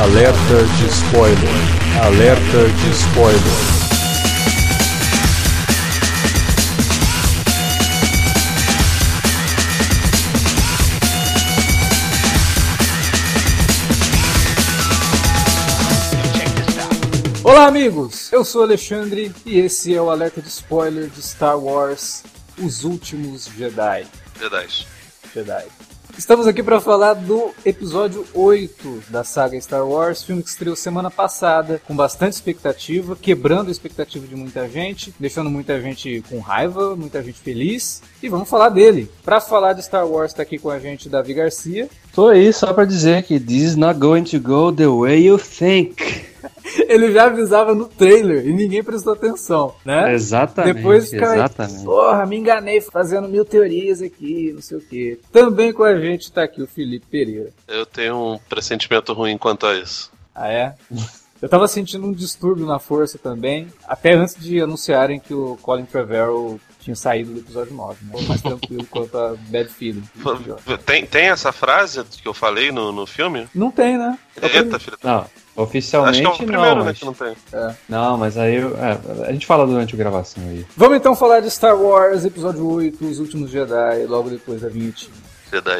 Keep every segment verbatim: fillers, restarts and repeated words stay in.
Alerta de spoiler. Alerta de spoiler. Olá amigos, eu sou o Alexandre e esse é o Alerta de Spoiler de Star Wars Os Últimos Jedi. Jedi. Jedi. Estamos aqui para falar do episódio oito da saga Star Wars, filme que estreou semana passada, com bastante expectativa, quebrando a expectativa de muita gente, deixando muita gente com raiva, muita gente feliz, e vamos falar dele. Para falar de Star Wars está aqui com a gente Davi Garcia. Tô aí só para dizer que this is not going to go the way you think. Ele já avisava no trailer e ninguém prestou atenção, né? Exatamente. Depois fica, exatamente. Porra, me enganei fazendo mil teorias aqui, não sei o quê. Também com a gente tá aqui o Felipe Pereira. Eu tenho um pressentimento ruim quanto a isso. Ah, é? Eu tava sentindo um distúrbio na força também, até antes de anunciarem que o Colin Trevorrow tinha saído do episódio nove, né? Mais tranquilo quanto a Bad Feeling. Tem, tem essa frase que eu falei no, no filme? Não tem, né? Eita, filho. Não, oficialmente Acho que é o primeiro, não, né, mas... que não tem. É. Não, mas aí eu, é, a gente fala durante a gravação aí. Vamos então falar de Star Wars, episódio oito, Os Últimos Jedi, logo depois da vinhetinha. Jedi.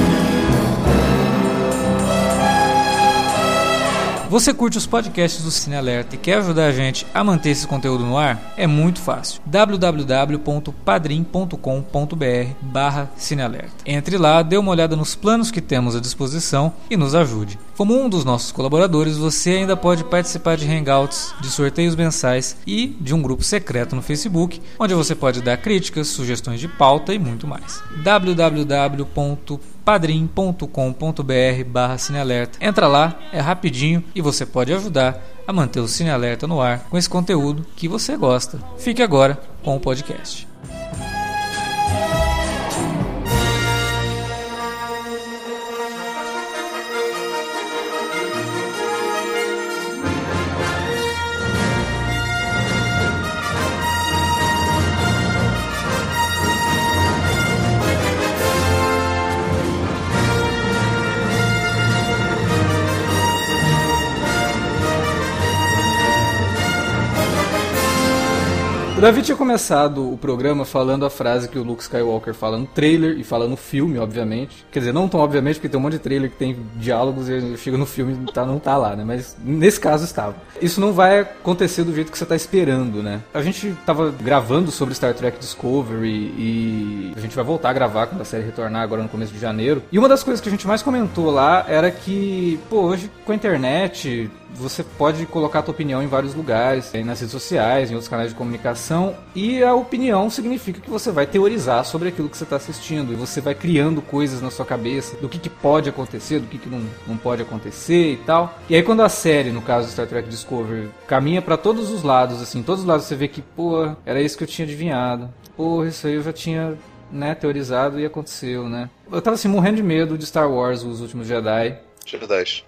Você curte os podcasts do Cine Alerta e quer ajudar a gente a manter esse conteúdo no ar? É muito fácil. w w w ponto padrim ponto com ponto b r barra cinealerta. Entre lá, dê uma olhada nos planos que temos à disposição e nos ajude. Como um dos nossos colaboradores, você ainda pode participar de hangouts, de sorteios mensais e de um grupo secreto no Facebook, onde você pode dar críticas, sugestões de pauta e muito mais. w w w ponto padrim ponto com ponto b r barra cinealerta. Entra lá, é rapidinho e você pode ajudar a manter o Cine Alerta no ar com esse conteúdo que você gosta. Fique agora com o podcast. O Davi tinha começado o programa falando a frase que o Luke Skywalker fala no trailer e fala no filme, obviamente. Quer dizer, não tão obviamente, porque tem um monte de trailer que tem diálogos e chega no filme e tá, não tá lá, né? Mas nesse caso estava. Isso não vai acontecer do jeito que você tá esperando, né? A gente tava gravando sobre Star Trek Discovery e a gente vai voltar a gravar quando a série retornar agora no começo de janeiro. E uma das coisas que a gente mais comentou lá era que, pô, hoje com a internet... você pode colocar a tua opinião em vários lugares, nas redes sociais, em outros canais de comunicação, e a opinião significa que você vai teorizar sobre aquilo que você está assistindo, e você vai criando coisas na sua cabeça do que, que pode acontecer, do que, que não, não pode acontecer e tal. E aí quando a série, no caso do Star Trek Discovery, caminha para todos os lados, assim, todos os lados você vê que, pô, era isso que eu tinha adivinhado, pô, isso aí eu já tinha, né, teorizado e aconteceu, né. Eu tava assim, morrendo de medo de Star Wars, Os Últimos Jedi. Jedi.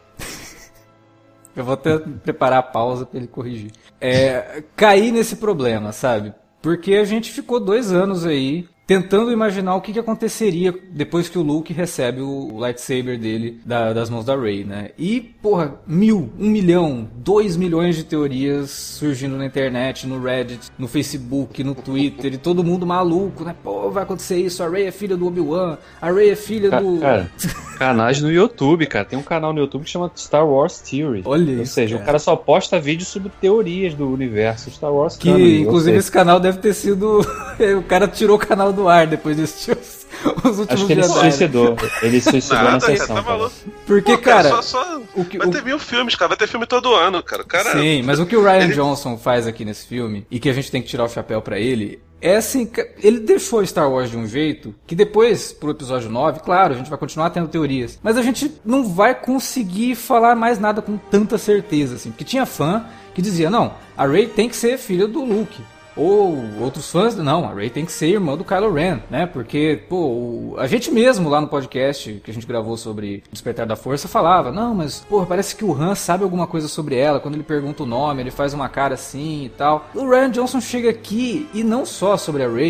Eu vou até preparar a pausa pra ele corrigir. É, cair nesse problema, sabe? Porque a gente ficou dois anos aí tentando imaginar o que, que aconteceria depois que o Luke recebe o lightsaber dele da, das mãos da Rey, né? E, porra, mil, um milhão, dois milhões de teorias surgindo na internet, no Reddit, no Facebook, no Twitter, e todo mundo maluco, né? Pô, vai acontecer isso, a Rey é filha do Obi-Wan, a Rey é filha do... Cara, canais no YouTube, cara. Tem um canal no YouTube que chama Star Wars Theory. Olha Ou isso, seja, cara. O cara só posta vídeos sobre teorias do universo Star Wars. Que, Canon, inclusive, esse canal deve ter sido... o cara tirou o canal do ar depois de assistir os, os últimos Acho que ele se Jedi. suicidou. Ele se suicidou Nada, na cara, sessão. tá cara. maluco. Porque, Pô, cara, cara... só, só... o que, vai o... ter mil filmes, cara. Vai ter filme todo ano, cara. cara... Sim, mas o que o Ryan ele... Johnson faz aqui nesse filme, e que a gente tem que tirar o chapéu pra ele, é assim, ele deixou Star Wars de um jeito que depois, pro episódio nove, claro, a gente vai continuar tendo teorias, mas a gente não vai conseguir falar mais nada com tanta certeza, assim, porque tinha fã que dizia, não, a Rey tem que ser filha do Luke. Ou outros fãs, não, a Rey tem que ser irmã do Kylo Ren, né? Porque, pô, o, a gente mesmo lá no podcast que a gente gravou sobre Despertar da Força falava, não, mas, pô, parece que o Han sabe alguma coisa sobre ela. Quando ele pergunta o nome, ele faz uma cara assim e tal. O Ryan Johnson chega aqui e não só sobre a Rey,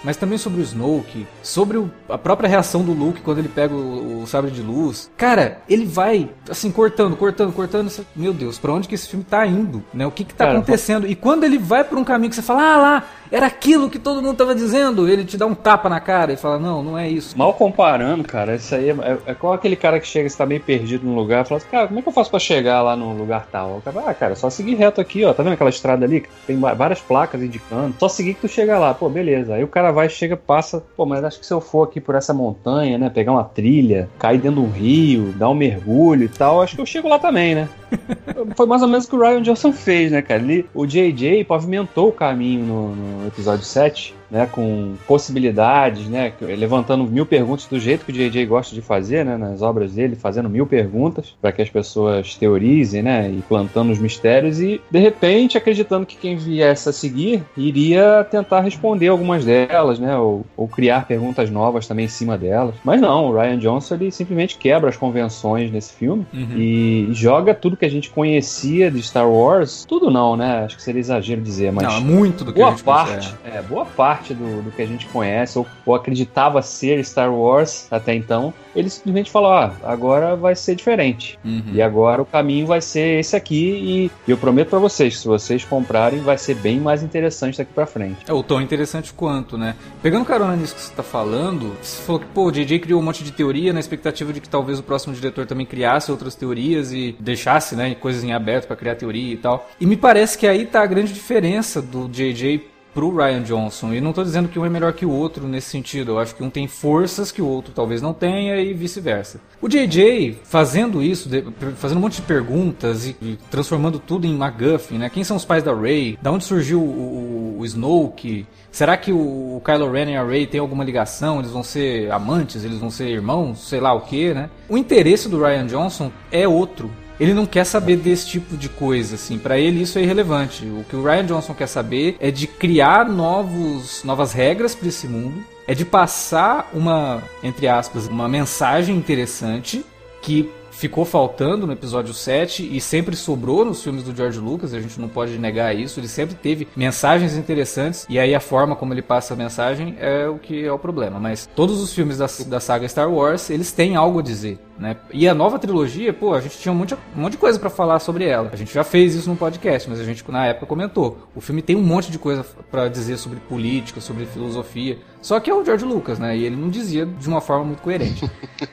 mas também sobre o Snoke, sobre o, a própria reação do Luke quando ele pega o, o sabre de luz. Cara, ele vai, assim, cortando, cortando, cortando. Você, meu Deus, pra onde que esse filme tá indo? Né? O que que tá Cara, acontecendo? E quando ele vai por um caminho que você fala, ah lá, era aquilo que todo mundo tava dizendo, ele te dá um tapa na cara e fala, não, não é isso. Mal comparando, cara, isso aí é, é, é qual aquele cara que chega, está meio perdido num lugar, e fala assim, cara, como é que eu faço pra chegar lá no lugar tal? O cara, ah, cara, só seguir reto aqui, ó, tá vendo aquela estrada ali, que tem várias placas indicando, só seguir que tu chega lá, pô, beleza. Aí o cara vai, chega, passa, pô, mas acho que se eu for aqui por essa montanha, né, pegar uma trilha, cair dentro de um rio, dar um mergulho e tal, acho que eu chego lá também, né? Foi mais ou menos o que o Rian Johnson fez, né, cara? Ele, o J J pavimentou o caminho no, no episódio sete, né, com possibilidades, né, levantando mil perguntas do jeito que o J J gosta de fazer, né, nas obras dele, fazendo mil perguntas para que as pessoas teorizem, né, e plantando os mistérios e, de repente, acreditando que quem viesse a seguir iria tentar responder algumas delas, né, ou, ou criar perguntas novas também em cima delas. Mas não, o Rian Johnson, ele simplesmente quebra as convenções nesse filme uhum. e joga tudo que a gente conhecia de Star Wars, tudo não, né, acho que seria exagero dizer, mas não, é muito do que boa a gente parte, é, boa parte Do, do que a gente conhece ou, ou acreditava ser Star Wars até então, ele simplesmente falou, ah, agora vai ser diferente uhum. e agora o caminho vai ser esse aqui e eu prometo pra vocês, se vocês comprarem vai ser bem mais interessante daqui pra frente. É o tão interessante quanto, né? Pegando carona nisso que você tá falando, você falou que, pô, o J J criou um monte de teoria na expectativa de que talvez o próximo diretor também criasse outras teorias e deixasse, né, coisas em aberto pra criar teoria e tal, e me parece que aí tá a grande diferença do J J pro Rian Johnson, e não tô dizendo que um é melhor que o outro nesse sentido, eu acho que um tem forças que o outro talvez não tenha e vice-versa. O J J fazendo isso, fazendo um monte de perguntas e, e transformando tudo em MacGuffin, né? Quem são os pais da Rey? Da onde surgiu o, o, o Snoke? Será que o, o Kylo Ren e a Rey têm alguma ligação? Eles vão ser amantes? Eles vão ser irmãos? Sei lá o que, né? O interesse do Rian Johnson é outro. Ele não quer saber desse tipo de coisa, assim, pra ele isso é irrelevante. O que o Rian Johnson quer saber é de criar novos, novas regras pra esse mundo, é de passar uma, entre aspas, uma mensagem interessante que ficou faltando no episódio sete e sempre sobrou nos filmes do George Lucas, a gente não pode negar isso, ele sempre teve mensagens interessantes e aí a forma como ele passa a mensagem é o que é o problema, mas todos os filmes da, da saga Star Wars, eles têm algo a dizer, né? E a nova trilogia, pô, a gente tinha um monte, um monte de coisa pra falar sobre ela, a gente já fez isso no podcast, mas a gente na época comentou, o filme tem um monte de coisa pra dizer sobre política, sobre filosofia, só que é o George Lucas, né? E ele não dizia de uma forma muito coerente.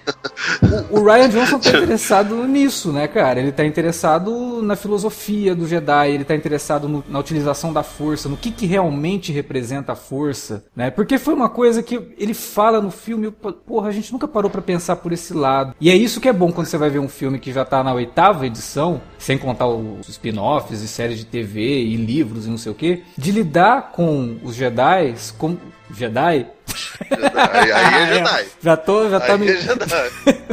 O, o Rian Johnson tá interessado nisso, né, cara? Ele tá interessado na filosofia do Jedi, ele tá interessado no, na utilização da força, no que que realmente representa a força, né? Porque foi uma coisa que ele fala no filme, porra, a gente nunca parou pra pensar por esse lado. E é isso que é bom quando você vai ver um filme que já tá na oitava edição, sem contar os spin-offs e séries de T V e livros e não sei o quê, de lidar com os Jedi como... Jedi? Jedi. Aí é Jedi. Já tô, já tá aí me... é Jedi.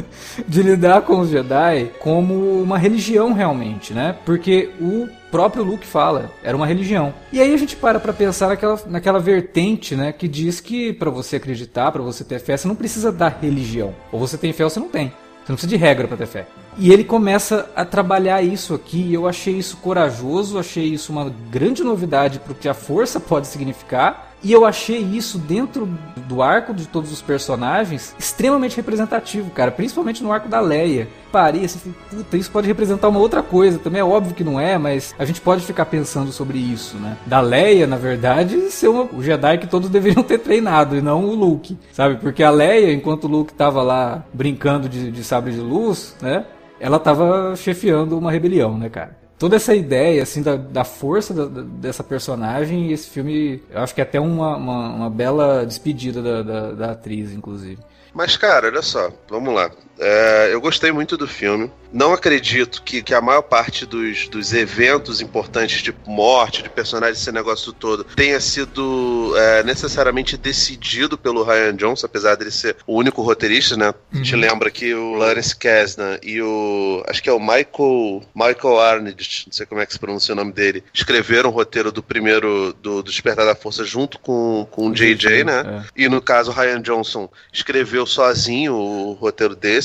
De lidar com os Jedi como uma religião realmente, né? Porque o próprio Luke fala, era uma religião. E aí a gente para pra pensar naquela, naquela vertente, né? Que diz que pra você acreditar, pra você ter fé, você não precisa da religião. Ou você tem fé ou você não tem. Você não precisa de regra pra ter fé. E ele começa a trabalhar isso aqui, e eu achei isso corajoso, achei isso uma grande novidade pro que a força pode significar, e eu achei isso dentro do arco de todos os personagens extremamente representativo, cara, principalmente no arco da Leia. Parei assim, puta, isso pode representar uma outra coisa, também é óbvio que não é, mas a gente pode ficar pensando sobre isso, né? Da Leia, na verdade, ser uma, o Jedi que todos deveriam ter treinado, e não o Luke, sabe? Porque a Leia, enquanto o Luke tava lá brincando de, de sabre de luz, né? Ela tava chefiando uma rebelião, né, cara? Toda essa ideia, assim, da, da força da, da, dessa personagem, e esse filme, eu acho que é até uma, uma, uma bela despedida da, da, da atriz, inclusive. Mas, cara, olha só, vamos lá. É, eu gostei muito do filme. Não acredito que, que a maior parte dos, dos eventos importantes de morte, de personagens, esse negócio todo, tenha sido é, necessariamente decidido pelo Rian Johnson, apesar dele ser o único roteirista, né? Uhum. Te lembra que o Lawrence Kasdan e o... acho que é o Michael Michael Arndt, não sei como é que se pronuncia o nome dele, escreveram o roteiro do primeiro, do, do Despertar da Força junto com, com o J J, né? É. E no caso, o Rian Johnson escreveu sozinho o roteiro desse.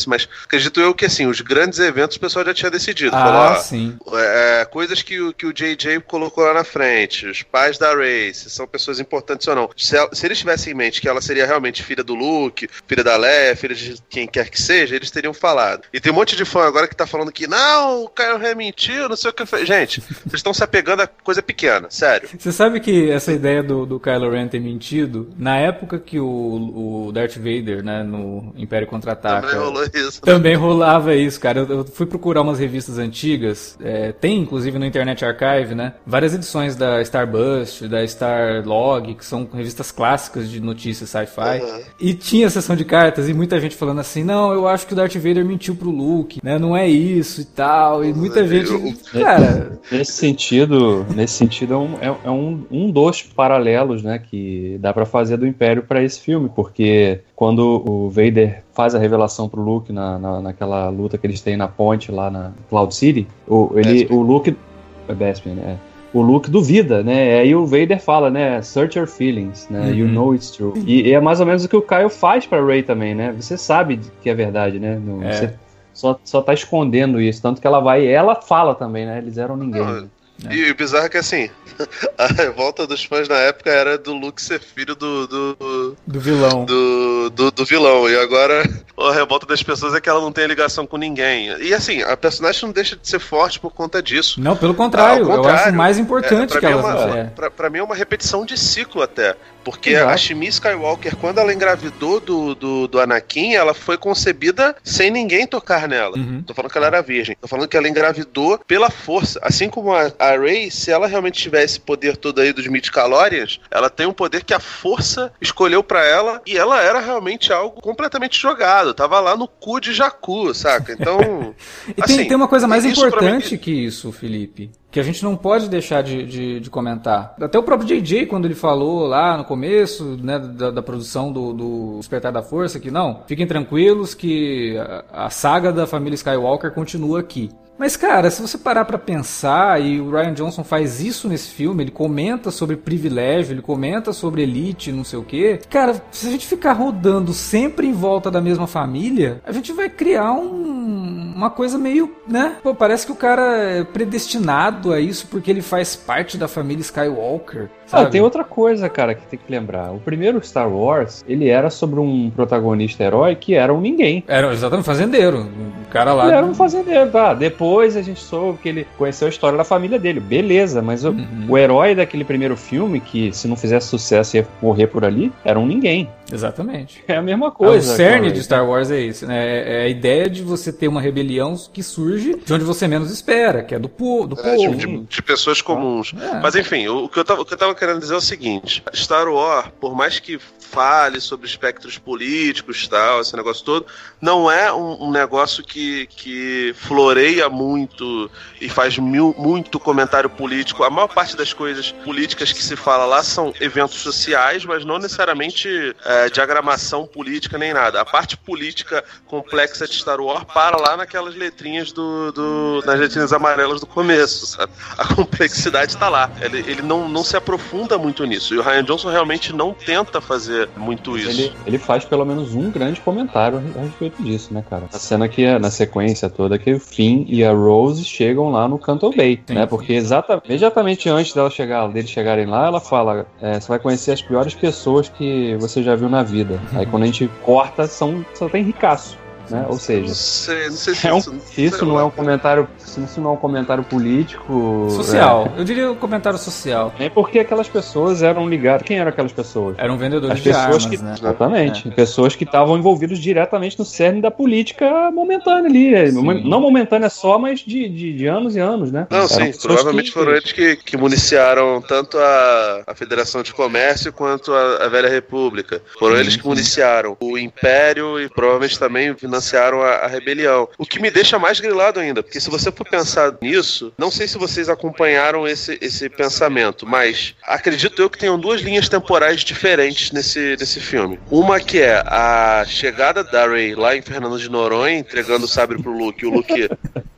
esse, mas acredito eu que, assim, os grandes eventos o pessoal já tinha decidido. Ah, Falou, ó, sim. É, coisas que o, que o J J colocou lá na frente, os pais da Rey, se são pessoas importantes ou não. Se, ela, se eles tivessem em mente que ela seria realmente filha do Luke, filha da Leia, filha de quem quer que seja, eles teriam falado. E tem um monte de fã agora que tá falando que não, o Kylo Ren mentiu, não sei o que foi. Gente, vocês estão se apegando a coisa pequena, sério. Você sabe que essa ideia do, do Kylo Ren ter mentido, na época que o, o Darth Vader, né, no Império Contra-Ataca, também rolou isso. Também rolava isso, cara. Eu, eu fui procurar umas revistas antigas, é, tem inclusive no Internet Archive, né, várias edições da Starbust, da Starlog, que são revistas clássicas de notícias sci-fi, uhum. E tinha sessão de cartas e muita gente falando assim, não, eu acho que o Darth Vader mentiu pro Luke, né, não é isso e tal, e muita gente, cara... Nesse sentido, nesse sentido é, um, é, é um, um dos paralelos, né, que dá pra fazer do Império pra esse filme, porque quando o Vader faz a revelação pro Luke na, na, naquela luta que eles têm na ponte lá na Cloud City, o, ele, o Luke... É Bespin, né? O Luke duvida, né? Aí o Vader fala, né? Search your feelings, né? Uhum. You know it's true. E, e é mais ou menos o que o Kylo faz pra Rey também, né? Você sabe que é verdade, né? Não, é. Você só, só tá escondendo isso. Tanto que ela vai... Ela fala também, né? Eles eram ninguém. Não, né? E o bizarro é que, assim, a revolta dos fãs na época era do Luke ser filho do... Do, do vilão. Do, do, do vilão. E agora a revolta das pessoas é que ela não tem ligação com ninguém. E, assim, a personagem não deixa de ser forte por conta disso. Não, pelo contrário. Ah, contrário eu acho mais importante é, que ela... É uma, é. pra, pra mim é uma repetição de ciclo até. Porque Exato. A Shmi Skywalker, quando ela engravidou do, do, do Anakin, ela foi concebida sem ninguém tocar nela. Uhum. Tô falando que ela era virgem. Tô falando que ela engravidou pela força. Assim como a, a Rey, se ela realmente tivesse esse poder todo aí dos midi-chlorians, ela tem um poder que a força escolheu pra ela e ela era realmente algo completamente jogado. Tava lá no cu de Jakku, saca? Então... e assim, tem, tem uma coisa mais importante mim... que isso, Felipe, que a gente não pode deixar de, de, de comentar. Até o próprio J J, quando ele falou lá no começo, né, da, da produção do, do Despertar da Força, que não, fiquem tranquilos que a, a saga da família Skywalker continua aqui. Mas, cara, se você parar pra pensar, e o Rian Johnson faz isso nesse filme, ele comenta sobre privilégio, ele comenta sobre elite, não sei o quê. Cara, se a gente ficar rodando sempre em volta da mesma família, a gente vai criar um, uma coisa meio, né? Pô, parece que o cara é predestinado a isso porque ele faz parte da família Skywalker. Ah, tem outra coisa, cara, que tem que lembrar. O primeiro Star Wars, ele era sobre um protagonista herói que era um ninguém. Era exatamente um fazendeiro. O cara lá... Ele era um fazendeiro, tá? Depois a gente soube que ele conheceu a história da família dele. Beleza, mas o, uhum. o herói daquele primeiro filme, que se não fizesse sucesso ia morrer por ali, era um ninguém. Exatamente. É a mesma coisa. Ah, o cerne de Star Wars é isso, né? É a ideia de você ter uma rebelião que surge de onde você menos espera, que é do, po do é, povo. De, de pessoas comuns. É. Mas enfim, o, o, que eu tava, o que eu tava querendo dizer é o seguinte: Star Wars, por mais que fale sobre espectros políticos e tal, esse negócio todo, não é um, um negócio que, que floreia muito e faz mil, muito comentário político. A maior parte das coisas políticas que se fala lá são eventos sociais, mas não necessariamente é, diagramação política nem nada. A parte política complexa de Star Wars para lá naquelas letrinhas do, do nas letrinhas amarelas do começo, sabe? A complexidade tá lá. Ele, ele não, não se aprofunda muito nisso. E o Rian Johnson realmente não tenta fazer muito isso. Ele, ele faz pelo menos um grande comentário a respeito disso, né, cara? A cena que é na sequência toda que o Finn e a Rose chegam lá no Canto Bay, sim, né? Porque exatamente, imediatamente antes dela chegar, deles chegarem lá, ela fala: é, você vai conhecer as piores pessoas que você já viu na vida. Uhum. Aí quando a gente corta, são, só tem ricaço. Né? Ou seja, não sei, não sei se é um, isso, isso não é um comentário, isso não é um comentário político social. É. Eu diria um comentário social. Nem porque aquelas pessoas eram ligadas. Quem eram aquelas pessoas? Eram vendedores As pessoas de armas, que, né? Exatamente. É. Pessoas que estavam envolvidas diretamente no cerne da política momentânea ali. Sim. Não momentânea só, mas de, de, de anos e anos, né? Não, eram sim. Provavelmente que... foram eles que, que municiaram tanto a, a Federação de Comércio quanto a, a Velha República. Foram sim, eles que municiaram o Império e provavelmente também financiaram a, a rebelião. O que me deixa mais grilado ainda, porque se você for pensar nisso, não sei se vocês acompanharam esse, esse pensamento, mas acredito eu que tenham duas linhas temporais diferentes nesse, nesse filme. Uma que é a chegada da Rey lá em Fernando de Noronha, entregando o sabre pro Luke, e o Luke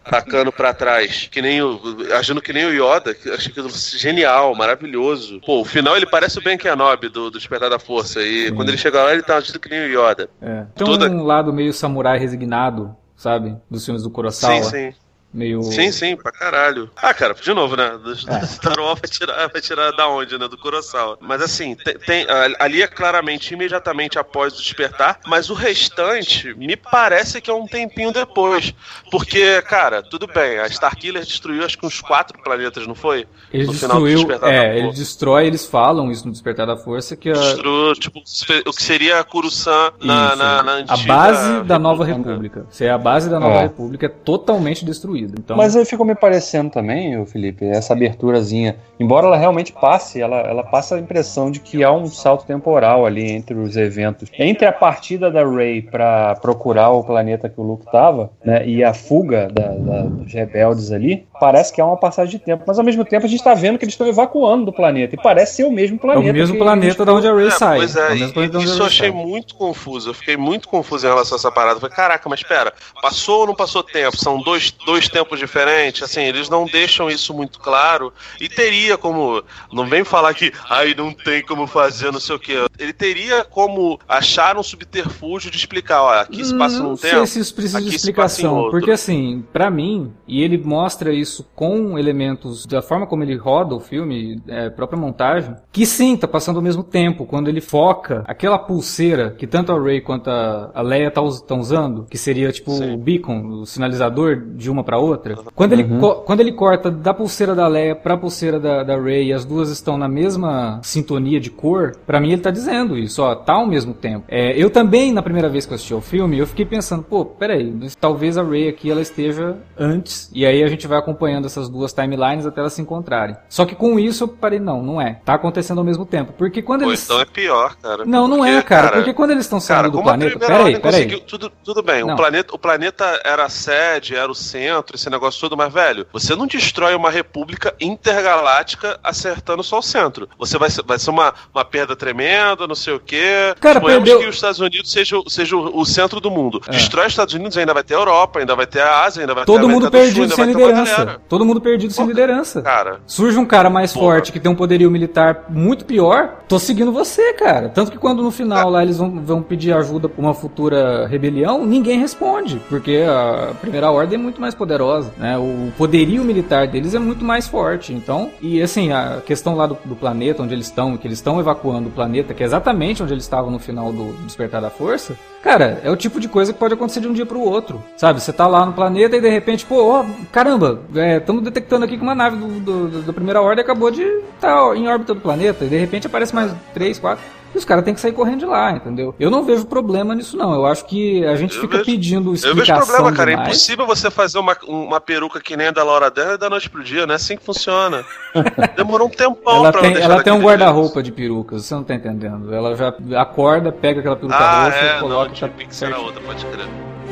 tacando pra trás, que nem o, agindo que nem o Yoda, que eu achei aquilo genial, maravilhoso. Pô, o final ele parece o Ben Kenobi do, do Despertar da Força, e Sim. quando ele chega lá ele tá agindo que nem o Yoda. É. Tem Toda... um lado meio samurai resignado, sabe? Dos filmes do Kurosawa. Sim, sim. Meio... Sim, sim, pra caralho. Ah, cara, de novo, né? Do, é. do Star Wars vai tirar, vai tirar da onde, né? Do Kurosawa. Mas assim, tem, tem, ali é claramente imediatamente após o despertar, mas o restante me parece que é um tempinho depois. Porque, cara, tudo bem, a Starkiller destruiu acho que uns quatro planetas, não foi? Ele no destruiu, final do Despertar é, da ele destrói, eles falam isso no Despertar da Força, que a... Destruiu, tipo, o que seria a Coruscant na, na, na antiga... A base da Nova República. Se é a base da Nova é. República, é totalmente destruída. Então... Mas aí ficou me parecendo também, Felipe, essa aberturazinha, embora ela realmente passe, ela, ela passa a impressão de que há um salto temporal ali entre os eventos. Entre a partida da Rey para procurar o planeta que o Luke tava, né, e a fuga da, da, dos rebeldes ali, parece que há uma passagem de tempo. Mas ao mesmo tempo a gente tá vendo que eles estão evacuando do planeta, e parece ser o mesmo planeta. É o mesmo planeta da onde a Rey é, sai. Pois é, é e, isso eu achei sai. muito confuso. Eu fiquei muito confuso em relação a essa parada. Eu falei, caraca, mas espera, passou ou não passou tempo? São dois, dois tempos diferentes? Assim, eles não deixam isso muito claro. E teria como... Não vem falar que, ai, não tem como fazer, não sei o quê. Ele teria como achar um subterfúgio de explicar, ó, aqui se passa num tempo, não sei se isso precisa de explicação. Porque assim, pra mim, e ele mostra isso com elementos da forma como ele roda o filme, é, própria montagem, que sim, tá passando ao mesmo tempo. Quando ele foca aquela pulseira que tanto a Rey quanto a, a Leia estão tá usando, que seria tipo sim. o beacon, o sinalizador de uma pra outra. Quando, uhum. ele, co- quando ele corta da pulseira da Leia pra pulseira da, da Rey e as duas estão na mesma sintonia de cor, pra mim ele tá dizendo isso, ó, tá ao mesmo tempo. É, eu também, na primeira vez que eu assisti ao filme, eu fiquei pensando, pô, peraí, talvez a Rey aqui ela esteja antes, e aí a gente vai acompanhando essas duas timelines até elas se encontrarem. Só que com isso eu parei, não, não é. Tá acontecendo ao mesmo tempo. Porque quando Pô, eles... então é pior, cara. Não, não porque, é, cara, cara. Porque quando eles estão saindo cara, do planeta... Peraí, peraí. Tudo, tudo bem, o planeta, o planeta era a sede, era o centro, esse negócio todo, mas, velho, você não destrói uma república intergaláctica acertando só o centro. Você vai ser, vai ser uma, uma perda tremenda, não sei o quê. Cara, Suponhamos perdeu... que os Estados Unidos seja, seja o, o centro do mundo. É. Destrói os Estados Unidos, ainda vai ter a Europa, ainda vai ter a Ásia, ainda vai Todo ter a mundo América perdido do Sul, sem liderança. Todo mundo perdido sem liderança. Cara. Surge um cara mais Porra. forte que tem um poderio militar muito pior, tô seguindo você, cara. Tanto que quando no final lá eles vão, vão pedir ajuda pra uma futura rebelião, ninguém responde, porque a Primeira Ordem é muito mais poderosa, né? O poderio militar deles é muito mais forte. Então, e assim, a questão lá do, do planeta, onde eles estão, que eles estão evacuando o planeta, que é exatamente onde eles estavam no final do Despertar da Força, cara, é o tipo de coisa que pode acontecer de um dia pro outro, sabe? Você tá lá no planeta e de repente, pô, ó, caramba, estamos é, detectando aqui que uma nave do, do, da Primeira Ordem acabou de estar tá em órbita do planeta, e de repente aparece mais três, quatro... E os caras têm que sair correndo de lá, entendeu? Eu não vejo problema nisso, não. Eu acho que a gente eu fica vejo, pedindo explicação. Eu vejo problema, cara. Demais. É impossível você fazer uma, uma peruca que nem a da Laura Dern da noite pro dia, não é assim que funciona. Demorou um tempão ela pra tem, deixar ela tem um guarda-roupa de perucas, você não tá entendendo. Ela já acorda, pega aquela peruca ah, roxa é, e coloca... Não, tinha que ser na outra, pode crer.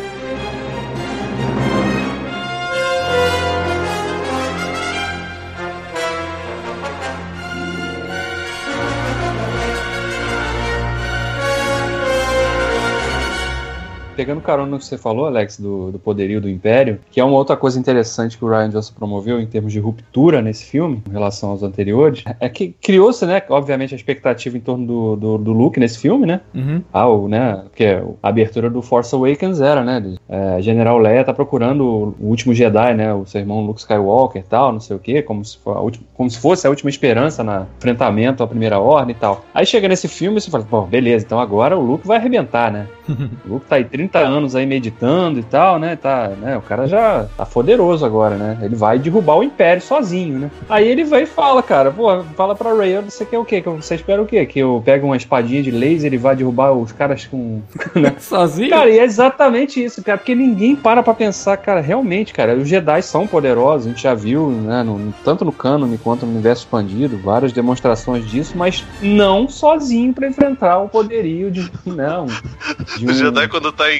Pegando carona no que você falou, Alex, do, do poderio do Império, que é uma outra coisa interessante que o Rian Johnson promoveu em termos de ruptura nesse filme, em relação aos anteriores, é que criou-se, né, obviamente, a expectativa em torno do, do, do Luke nesse filme, né? Uhum. Ah, o, né, porque a abertura do Force Awakens era, né, de, é, General Leia tá procurando o, o último Jedi, né, o seu irmão Luke Skywalker e tal, não sei o quê, como se, for a última, como se fosse a última esperança no enfrentamento à Primeira Ordem e tal. Aí chega nesse filme e você fala, bom, beleza, então agora o Luke vai arrebentar, né? O Luke tá aí trinta anos aí meditando e tal, né? Tá, né? O cara já tá poderoso agora, né? Ele vai derrubar o Império sozinho, né? Aí ele vai e fala, cara, pô, fala pra Rey, você quer o quê? Você espera o quê? Que eu pegue uma espadinha de laser e vá derrubar os caras com... né? Sozinho? Cara, e é exatamente isso, cara, porque ninguém para pra pensar, cara, realmente, cara, os Jedi são poderosos, a gente já viu, né? No, tanto no cânone quanto no universo expandido, várias demonstrações disso, mas não sozinho pra enfrentar o poderio de... Não. De um... O Jedi, quando tá em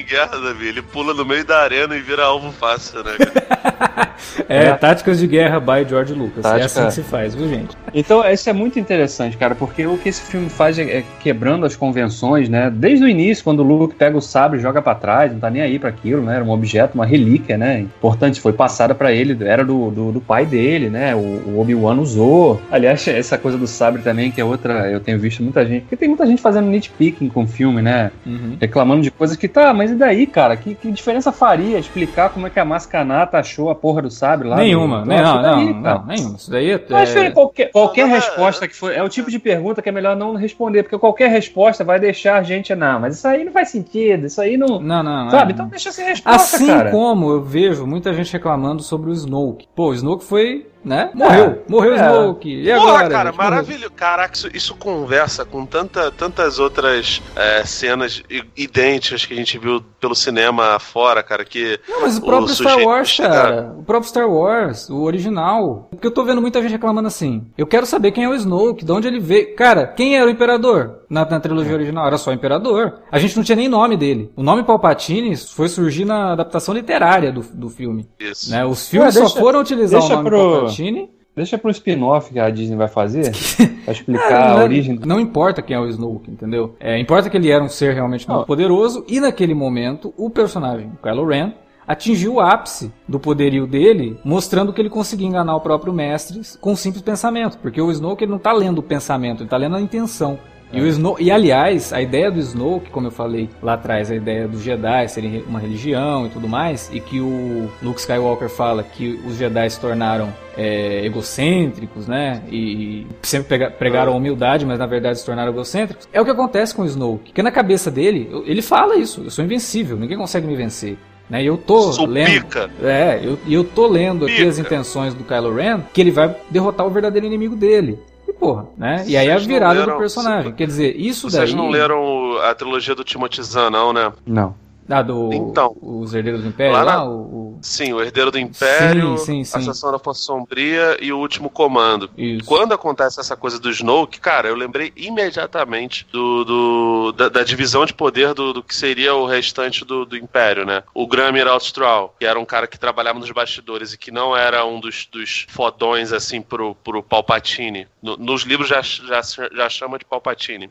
em guerra, Davi, ele pula no meio da arena e vira alvo fácil, né, cara? é, é, Táticas de Guerra by George Lucas. Tática. É assim que se faz, viu, gente? Então, isso é muito interessante, cara, porque o que esse filme faz é, é quebrando as convenções, né? Desde o início, quando o Luke pega o sabre e joga pra trás, não tá nem aí pra aquilo, né? Era um objeto, uma relíquia, né? Importante, foi passada pra ele, era do, do, do pai dele, né? O, o Obi-Wan usou. Aliás, essa coisa do sabre também, que é outra, eu tenho visto muita gente, porque tem muita gente fazendo nitpicking com o filme, né? Uhum. Reclamando de coisas que, tá, mas e daí, cara? Que, que diferença faria explicar como é que a Mascanata achou a porra do sabre lá? Nenhuma, do... não, não, daí, não, não, nenhuma. Isso daí é... Mas, filho, qualquer, qualquer resposta que for, é o tipo de pergunta que é melhor não responder, porque qualquer resposta vai deixar a gente, não, mas isso aí não faz sentido, isso aí não... Não, não, sabe? É. Então deixa sem resposta, assim cara. Assim como eu vejo muita gente reclamando sobre o Snoke. Pô, o Snoke foi... né? Morreu, é, morreu o é. Snoke. E Porra, agora? cara, maravilhoso. Caraca, isso, isso conversa com tanta, tantas outras é, cenas idênticas que a gente viu pelo cinema fora, cara, que... Não, mas o próprio o Star Wars, chega... cara, o próprio Star Wars, o original, porque eu tô vendo muita gente reclamando assim, eu quero saber quem é o Snoke, de onde ele veio. Cara, quem era o Imperador na, na trilogia original? Era só o Imperador. A gente não tinha nem nome dele. O nome Palpatine foi surgir na adaptação literária do, do filme. Isso. Né? Os filmes Ué, deixa, só foram utilizar o nome pro... Palpatine... Deixa pro spin-off que a Disney vai fazer, pra explicar é, a origem. Não importa quem é o Snoke, entendeu? É, importa que ele era um ser realmente muito poderoso, e naquele momento, o personagem, o Kylo Ren, atingiu o ápice do poderio dele, mostrando que ele conseguia enganar o próprio mestre com um simples pensamento, porque o Snoke ele não tá lendo o pensamento, ele tá lendo a intenção. E, o Snoke, e aliás, a ideia do Snoke, como eu falei lá atrás, a ideia dos Jedi serem uma religião e tudo mais, e que o Luke Skywalker fala que os Jedi se tornaram é, egocêntricos, né? E sempre pega, pregaram a humildade, mas na verdade se tornaram egocêntricos. É o que acontece com o Snoke, porque na cabeça dele, ele fala isso, eu sou invencível, ninguém consegue me vencer. Né? E eu tô Sou lendo, pica. é, eu, eu tô lendo pica. aqui as intenções do Kylo Ren, que ele vai derrotar o verdadeiro inimigo dele. Porra, né? E aí a virada leram, do personagem. Quer dizer, isso vocês daí... Vocês não leram a trilogia do Timothy Zahn, não, né? Não. Ah, do... Então. Os Herdeiros do Império lá? lá na... o, o... Sim, o Herdeiro do Império, sim, sim, sim. a Ascensão da Força Sombria e o Último Comando. Isso. Quando acontece essa coisa do Snoke, cara, eu lembrei imediatamente do, do, da, da divisão de poder do, do que seria o restante do, do Império, né? O Gran-Amiral Stroll, que era um cara que trabalhava nos bastidores e que não era um dos, dos fodões, assim, pro, pro Palpatine. No, nos livros já, já, já chama de Palpatine.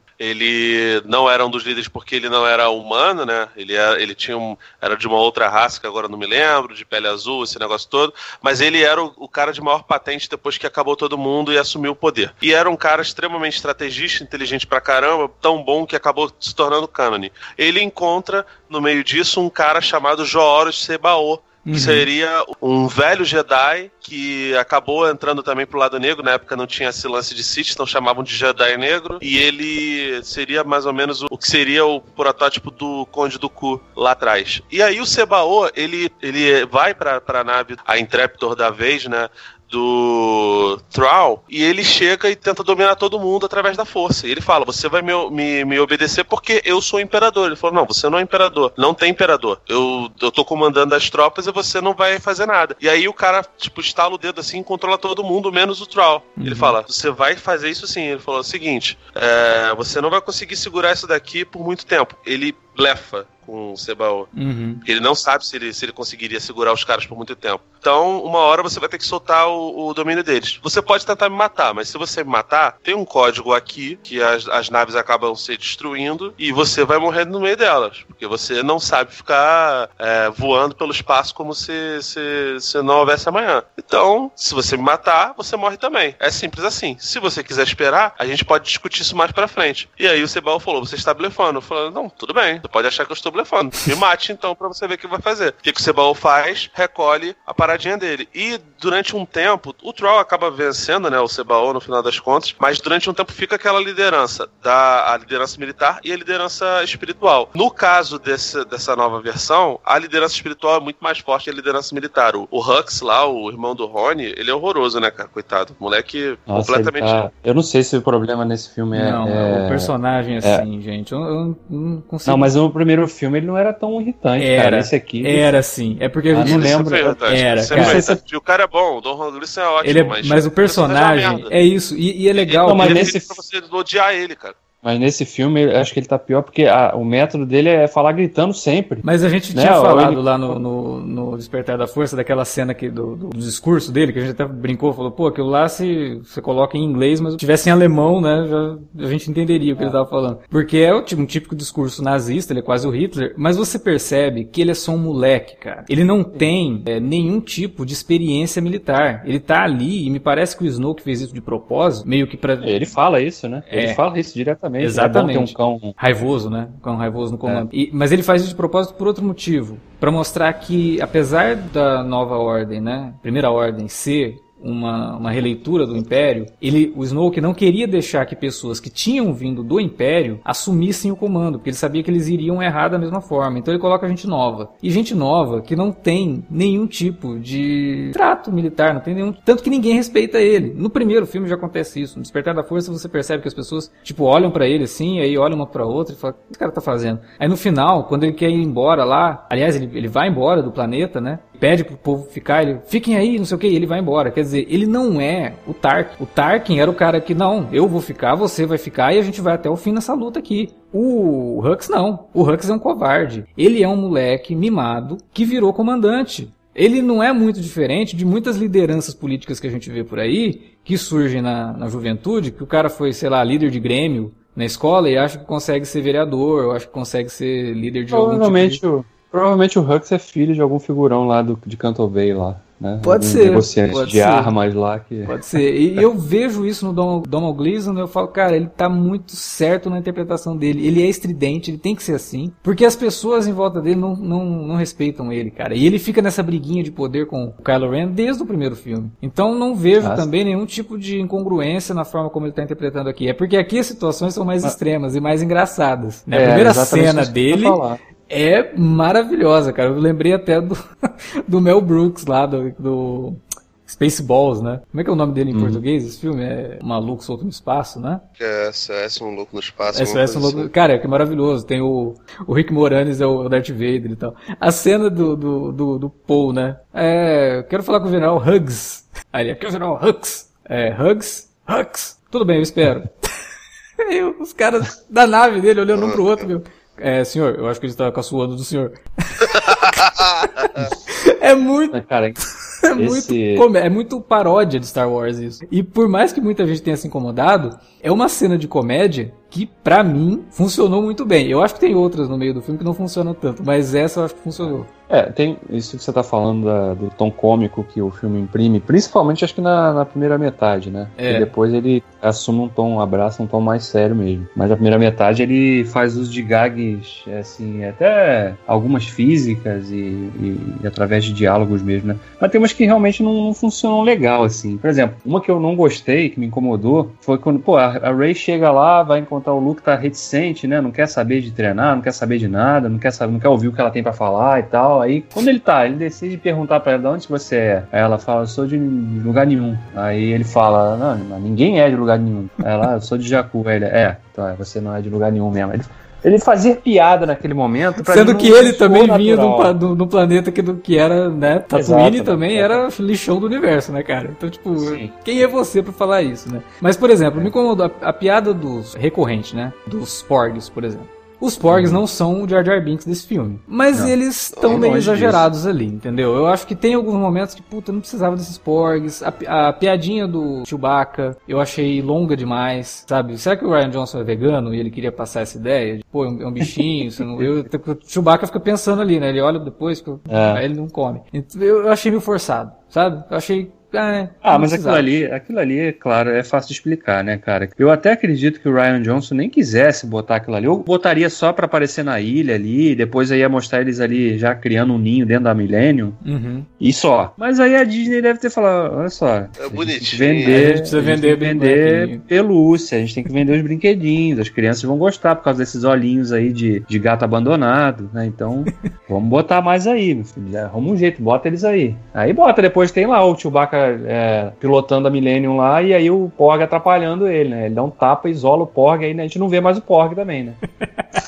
Ele não era um dos líderes porque ele não era humano, né? Ele, era, ele tinha um... era de uma outra raça que agora não me lembro, de pele azul, esse negócio todo, mas ele era o, o cara de maior patente depois que acabou todo mundo e assumiu o poder. E era um cara extremamente estrategista, inteligente pra caramba, tão bom que acabou se tornando cânone. Ele encontra, no meio disso, um cara chamado Joruus Sebaô, que uhum. seria um velho Jedi que acabou entrando também pro lado negro. Na época não tinha esse lance de Sith, então chamavam de Jedi negro, e ele seria mais ou menos o que seria o protótipo do Conde Dooku lá atrás. E aí o Sebaô, ele, ele vai pra, pra nave, a Intrepidor da vez, né, do Thrall, e ele chega e tenta dominar todo mundo através da força. E ele fala, você vai me, me, me obedecer porque eu sou o imperador. Ele falou, não, você não é imperador, não tem imperador. Eu, eu tô comandando as tropas e você não vai fazer nada. E aí o cara, tipo, estala o dedo assim e controla todo mundo, menos o Thrall. Uhum. Ele fala, você vai fazer isso sim. Ele falou o seguinte, é, você não vai conseguir segurar isso daqui por muito tempo. Ele blefa com o Sebaô. Uhum. Porque ele não sabe se ele, se ele conseguiria segurar os caras por muito tempo. Então, uma hora você vai ter que soltar o, o domínio deles. Você pode tentar me matar, mas se você me matar, tem um código aqui que as, as naves acabam se destruindo e você vai morrer no meio delas. Porque você não sabe ficar é, voando pelo espaço como se, se, se não houvesse amanhã. Então, se você me matar, você morre também. É simples assim. Se você quiser esperar, a gente pode discutir isso mais pra frente. E aí o Sebaô falou, você está blefando. Eu falei, não, tudo bem. Você pode achar que eu estou blefando. Me mate então pra você ver o que vai fazer. O que, que o Sebaô faz? Recolhe a paradinha dele. E durante um tempo, o Thrall acaba vencendo, né, o Sebaô no final das contas, mas durante um tempo fica aquela liderança, da, a liderança militar e a liderança espiritual. No caso desse, dessa nova versão, a liderança espiritual é muito mais forte que a liderança militar. O, o Hux lá, o irmão do Rony, ele é horroroso, né, cara? Coitado. Moleque. Nossa, completamente... Tá... Eu não sei se o problema nesse filme é... Não, é... o personagem assim, é... gente, eu, eu não consigo... Não, mas no primeiro filme ele não era tão irritante, era, cara. Esse aqui... Era, sim. É porque... Ah, não lembro. Era, cara. Se... O cara é bom, o Don Juan Gleeson é ótimo, ele é... mas... Mas o personagem é isso, e, e é legal... Não, mas ele nesse... pra você odiar ele, cara. Mas nesse filme, eu acho que ele tá pior porque a, o método dele é falar gritando sempre. Mas a gente né? tinha falado ele... lá no, no, no Despertar da Força, daquela cena aqui do, do, do discurso dele, que a gente até brincou, falou, pô, aquilo lá se você coloca em inglês, mas se tivesse em alemão, né, já, a gente entenderia o que é. ele tava falando. Porque é o, um típico discurso nazista, ele é quase o Hitler, mas você percebe que ele é só um moleque, cara. Ele não tem é, nenhum tipo de experiência militar. Ele tá ali, e me parece que o Snoke fez isso de propósito, meio que pra... Ele fala isso, né? É. Ele fala isso diretamente. Exatamente. É bom ter um cão... Raivoso, né? Um cão raivoso no comando. É. E, mas ele faz isso de propósito por outro motivo. Pra mostrar que, apesar da nova ordem, né? Primeira ordem ser... Uma, uma releitura do Império, ele, o Snoke não queria deixar que pessoas que tinham vindo do Império assumissem o comando, porque ele sabia que eles iriam errar da mesma forma. Então ele coloca gente nova. E gente nova que não tem nenhum tipo de trato militar, não tem nenhum... Tanto que ninguém respeita ele. No primeiro filme já acontece isso. No Despertar da Força você percebe que as pessoas, tipo, olham pra ele assim, aí olham uma pra outra e falam, o que esse cara tá fazendo? Aí no final, quando ele quer ir embora lá, aliás, ele, ele vai embora do planeta, né? Pede pro povo ficar, ele, fiquem aí, não sei o que, e ele vai embora. Quer dizer, ele não é o Tarkin. O Tarkin era o cara que, não, eu vou ficar, você vai ficar e a gente vai até o fim nessa luta aqui. O Hux não. O Hux é um covarde. Ele é um moleque mimado que virou comandante. Ele não é muito diferente de muitas lideranças políticas que a gente vê por aí, que surgem na, na juventude, que o cara foi, sei lá, líder de grêmio na escola e acha que consegue ser vereador, ou acha que consegue ser líder de algum tipo de... o, Provavelmente o Hux é filho de algum figurão lá do, de Canto Bay lá. Né? Pode um ser. Negociante pode de ser. armas lá. Que... Pode ser. E eu vejo isso no Dom, Donald Gleason, eu falo, cara, ele tá muito certo na interpretação dele. Ele é estridente, ele tem que ser assim. Porque as pessoas em volta dele não, não, não respeitam ele, cara. E ele fica nessa briguinha de poder com o Kylo Ren desde o primeiro filme. Então não vejo Nossa. também nenhum tipo de incongruência na forma como ele tá interpretando aqui. É porque aqui as situações são mais Mas... extremas e mais engraçadas. Né? A é, primeira cena dele... É maravilhosa, cara. Eu lembrei até do, do Mel Brooks lá, do, do Spaceballs, né? Como é que é o nome dele em uhum. português? Esse filme é Um Maluco Solto no Espaço, né? É, S O S Um Louco no Espaço. S O S Um Louco... Assim. Cara, é que maravilhoso. Tem o, o Rick Moranis, é o Darth Vader e tal. A cena do, do, do, do Paul, né? É, quero falar com o General Hux. Aí ele, aqui é o General Hux. É, Hux? Hux. Tudo bem, eu espero. Aí os caras da nave dele olhando um pro outro, meu... É, senhor, eu acho que ele está caçoando do senhor. É muito... Cara, é, muito esse... com... é muito paródia de Star Wars isso. E por mais que muita gente tenha se incomodado, é uma cena de comédia que, pra mim, funcionou muito bem. Eu acho que tem outras no meio do filme que não funcionam tanto, mas essa eu acho que funcionou. É, tem isso que você tá falando da, do tom cômico que o filme imprime, principalmente acho que na, na primeira metade, né? É. E depois ele assume um tom, abraça um tom mais sério mesmo. Mas na primeira metade ele faz uso de gags, assim, até algumas físicas e, e, e através de diálogos mesmo, né? Mas tem umas que realmente não, não funcionam legal, assim. Por exemplo, uma que eu não gostei, que me incomodou, foi quando, pô, a, a Rey chega lá, vai encontrar o Luke, tá reticente, né? Não quer saber de treinar, não quer saber de nada, não quer saber, não quer ouvir o que ela tem pra falar e tal. Aí, quando ele tá, ele decide perguntar pra ela de onde você é. Aí ela fala, eu sou de lugar nenhum. Aí ele fala, não, ninguém é de lugar nenhum. Aí ela, eu sou de Jakku. Aí ele, é, então você não é de lugar nenhum mesmo. Ele, ele fazia piada naquele momento. Pra Sendo mim, que ele também vinha do, do planeta que, do, que era, né, Tatooine Exato, também né? era lixão do universo, né, cara? Então, tipo, Sim. quem é você pra falar isso, né? Mas, por exemplo, é. me incomodou a, a piada dos recorrente, né? Dos Porgs, por exemplo. Os Porgs uhum. não são o Jar Jar Binks desse filme. Mas não. eles estão meio exagerados disso. ali, entendeu? Eu acho que tem alguns momentos que, puta, não precisava desses Porgs. A, a piadinha do Chewbacca eu achei longa demais, sabe? Será que o Rian Johnson é vegano e ele queria passar essa ideia? De, pô, é um, é um bichinho, você não... Eu, o Chewbacca fica pensando ali, né? Ele olha depois, que eu, é. aí ele não come. Eu, eu achei meio forçado, sabe? Eu achei... Ah, ah mas aquilo ali, aquilo ali, é claro, é fácil de explicar, né, cara? Eu até acredito que o Rian Johnson nem quisesse botar aquilo ali. Eu botaria só pra aparecer na ilha ali, depois aí ia mostrar eles ali já criando um ninho dentro da Millennium, uhum. e só. Mas aí a Disney deve ter falado, olha só, é bonitinho. Vender, a gente precisa vender, vender pelúcia, a gente tem que vender os brinquedinhos, as crianças vão gostar por causa desses olhinhos aí de, de gato abandonado, né? Então, vamos botar mais aí, meu filho. Arruma um jeito, bota eles aí. Aí bota, depois tem lá o Chewbacca É, pilotando a Millennium lá, e aí o Porg atrapalhando ele, né? Ele dá um tapa, isola o Porg, aí né, a gente não vê mais o Porg também, né?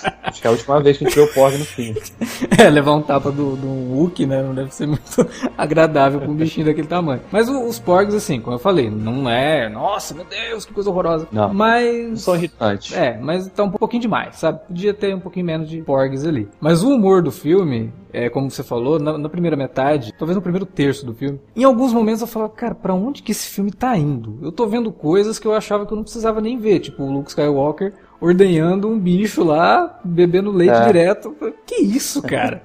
Acho que é a última vez que a gente vê o Porg no filme. É, levar um tapa do, do Wookie, né? Não deve ser muito agradável pra um bichinho daquele tamanho. Mas o, os Porgs, assim, como eu falei, não é... Nossa, meu Deus, que coisa horrorosa. Não, mas... não são irritantes. É, mas tá um pouquinho demais, sabe? Podia ter um pouquinho menos de Porgs ali. Mas o humor do filme... É, como você falou, na, na primeira metade, talvez no primeiro terço do filme, em alguns momentos eu falo, cara, pra onde que esse filme tá indo? Eu tô vendo coisas que eu achava que eu não precisava nem ver, tipo o Luke Skywalker ordenhando um bicho lá, bebendo leite é. direto. Que isso, cara?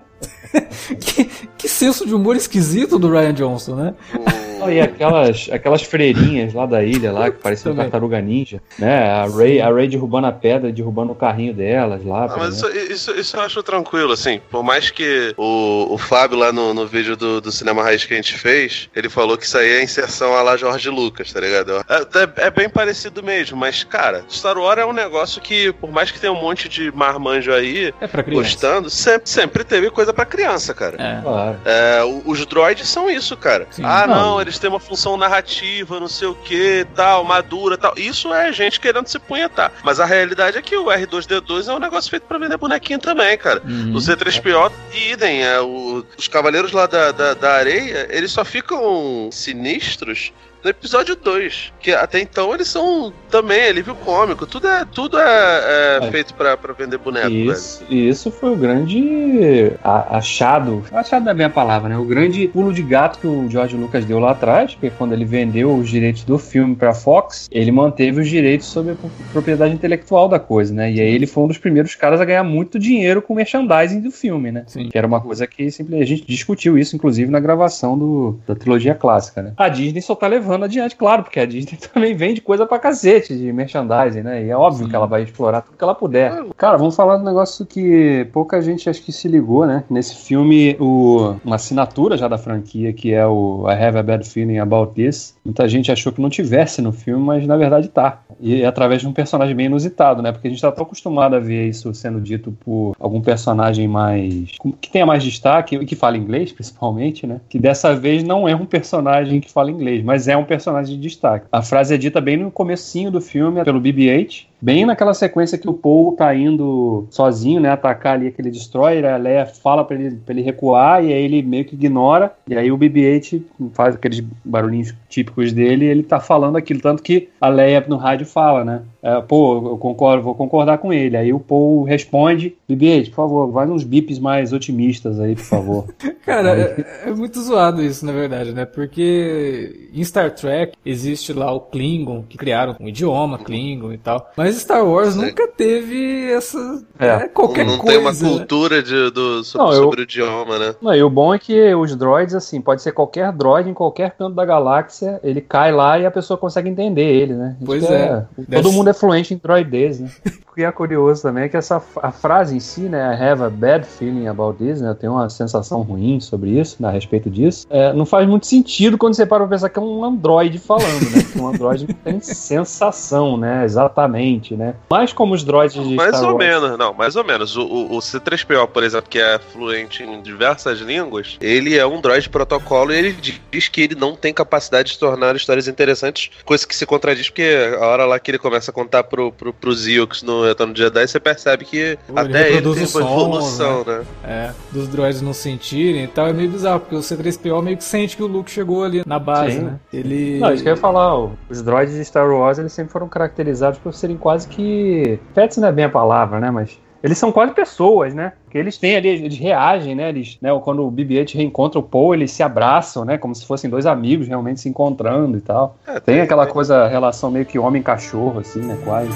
que, que senso de humor esquisito do Rian Johnson, né? Oh, e aquelas, aquelas freirinhas lá da ilha, lá, que pareciam tartaruga ninja, né? A Rey, a Rey derrubando a pedra, derrubando o carrinho delas lá. Ah, mas isso, isso, isso eu acho tranquilo, assim. Por mais que o, o Fábio lá no, no vídeo do, do Cinema Raiz que a gente fez, ele falou que isso aí é inserção à la George Lucas, tá ligado? É, é bem parecido mesmo, mas, cara, Star Wars é um negócio que, por mais que tenha um monte de marmanjo aí é pra criança. Gostando, sempre, sempre teve coisa pra criança, cara. É. Claro. É, os droids são isso, cara. Sim. Ah, não, Não. eles têm uma função narrativa, não sei o que, tal, madura, tal. Isso é gente querendo se punhetar. Mas a realidade é que o R dois D dois é um negócio feito pra vender bonequinho também, cara. Uhum. O C três P O, idem. É, o, os cavaleiros lá da, da, da areia, eles só ficam sinistros no episódio dois, que até então eles são também alívio cômico, tudo é, tudo é, é, é. feito pra, pra vender boneco. Isso, isso foi o grande achado, achado não é bem a palavra, né? O grande pulo de gato que o George Lucas deu lá atrás, porque quando ele vendeu os direitos do filme pra Fox, ele manteve os direitos sobre a propriedade intelectual da coisa, né? E aí ele foi um dos primeiros caras a ganhar muito dinheiro com o merchandising do filme, né? Sim. Que era uma coisa que simplesmente a gente discutiu isso, inclusive, na gravação do, da trilogia clássica, né? A Disney só tá levando adiante, claro, porque a Disney também vende coisa pra cacete de merchandising, né? E é óbvio Sim. que ela vai explorar tudo que ela puder. Cara, vamos falar de um negócio que pouca gente acho que se ligou, né? Nesse filme, o, uma assinatura já da franquia, que é o I Have a Bad Feeling About This. Muita gente achou que não tivesse no filme, mas na verdade tá. E é através de um personagem bem inusitado, né? Porque a gente tá tão acostumado a ver isso sendo dito por algum personagem mais... que tenha mais destaque e que fala inglês, principalmente, né? Que dessa vez não é um personagem que fala inglês, mas é um personagem de destaque. A frase é dita bem no comecinho do filme pelo B B oito, bem naquela sequência que o Paul tá indo sozinho, né, atacar ali aquele destroyer, a Leia fala pra ele, pra ele recuar, e aí ele meio que ignora, e aí o B B oito faz aqueles barulhinhos típicos dele, e ele tá falando aquilo, tanto que a Leia no rádio fala, né, é, pô, eu concordo, vou concordar com ele, aí o Paul responde, B B oito, por favor, vai uns bips mais otimistas aí, por favor. Cara, é, é muito zoado isso, na verdade, né, porque em Star Trek existe lá o Klingon, que criaram um idioma Klingon e tal, mas Star Wars Sim. nunca teve essa... É. É, qualquer não, não coisa. Não tem uma cultura de, do, sobre, não, eu, sobre o idioma, né? Não, e o bom é que os droids, assim, pode ser qualquer droid em qualquer canto da galáxia, ele cai lá e a pessoa consegue entender ele, né? Isso pois é. é. Todo Deve... mundo é fluente em droidez, né? O que é curioso também é que essa, a frase em si, né, I have a bad feeling about this, né, eu tenho uma sensação ruim sobre isso, né, a respeito disso, é, não faz muito sentido quando você para pra pensar que é um androide falando, né? Porque um androide não tem sensação, né? Exatamente, né? Mas como os droids de mais Star ou Wars... menos, não, mais ou menos. O, o, o C três P O, por exemplo, que é fluente em diversas línguas, ele é um droid de protocolo e ele diz que ele não tem capacidade de se tornar histórias interessantes, coisa que se contradiz, porque a hora lá que ele começa a contar pro, pro, pros Ewoks no Retorno de Jedi, você percebe que Pô, até ele ele tem sons, uma evolução, né? né? É, dos droids não sentirem e tal, é meio bizarro, porque o C três P O meio que sente que o Luke chegou ali na base, Sim. né? Ele... Não, isso que eu ia falar, ó, os droids de Star Wars, eles sempre foram caracterizados por serem quase que... Pets não é bem a palavra, né, mas... Eles são quase pessoas, né? Porque eles têm ali, eles reagem, né? Eles, né? Quando o B B oito reencontra o Paul, eles se abraçam, né? Como se fossem dois amigos realmente se encontrando e tal. É, tem, tem aquela tem. coisa, relação meio que homem-cachorro, assim, né? Quase.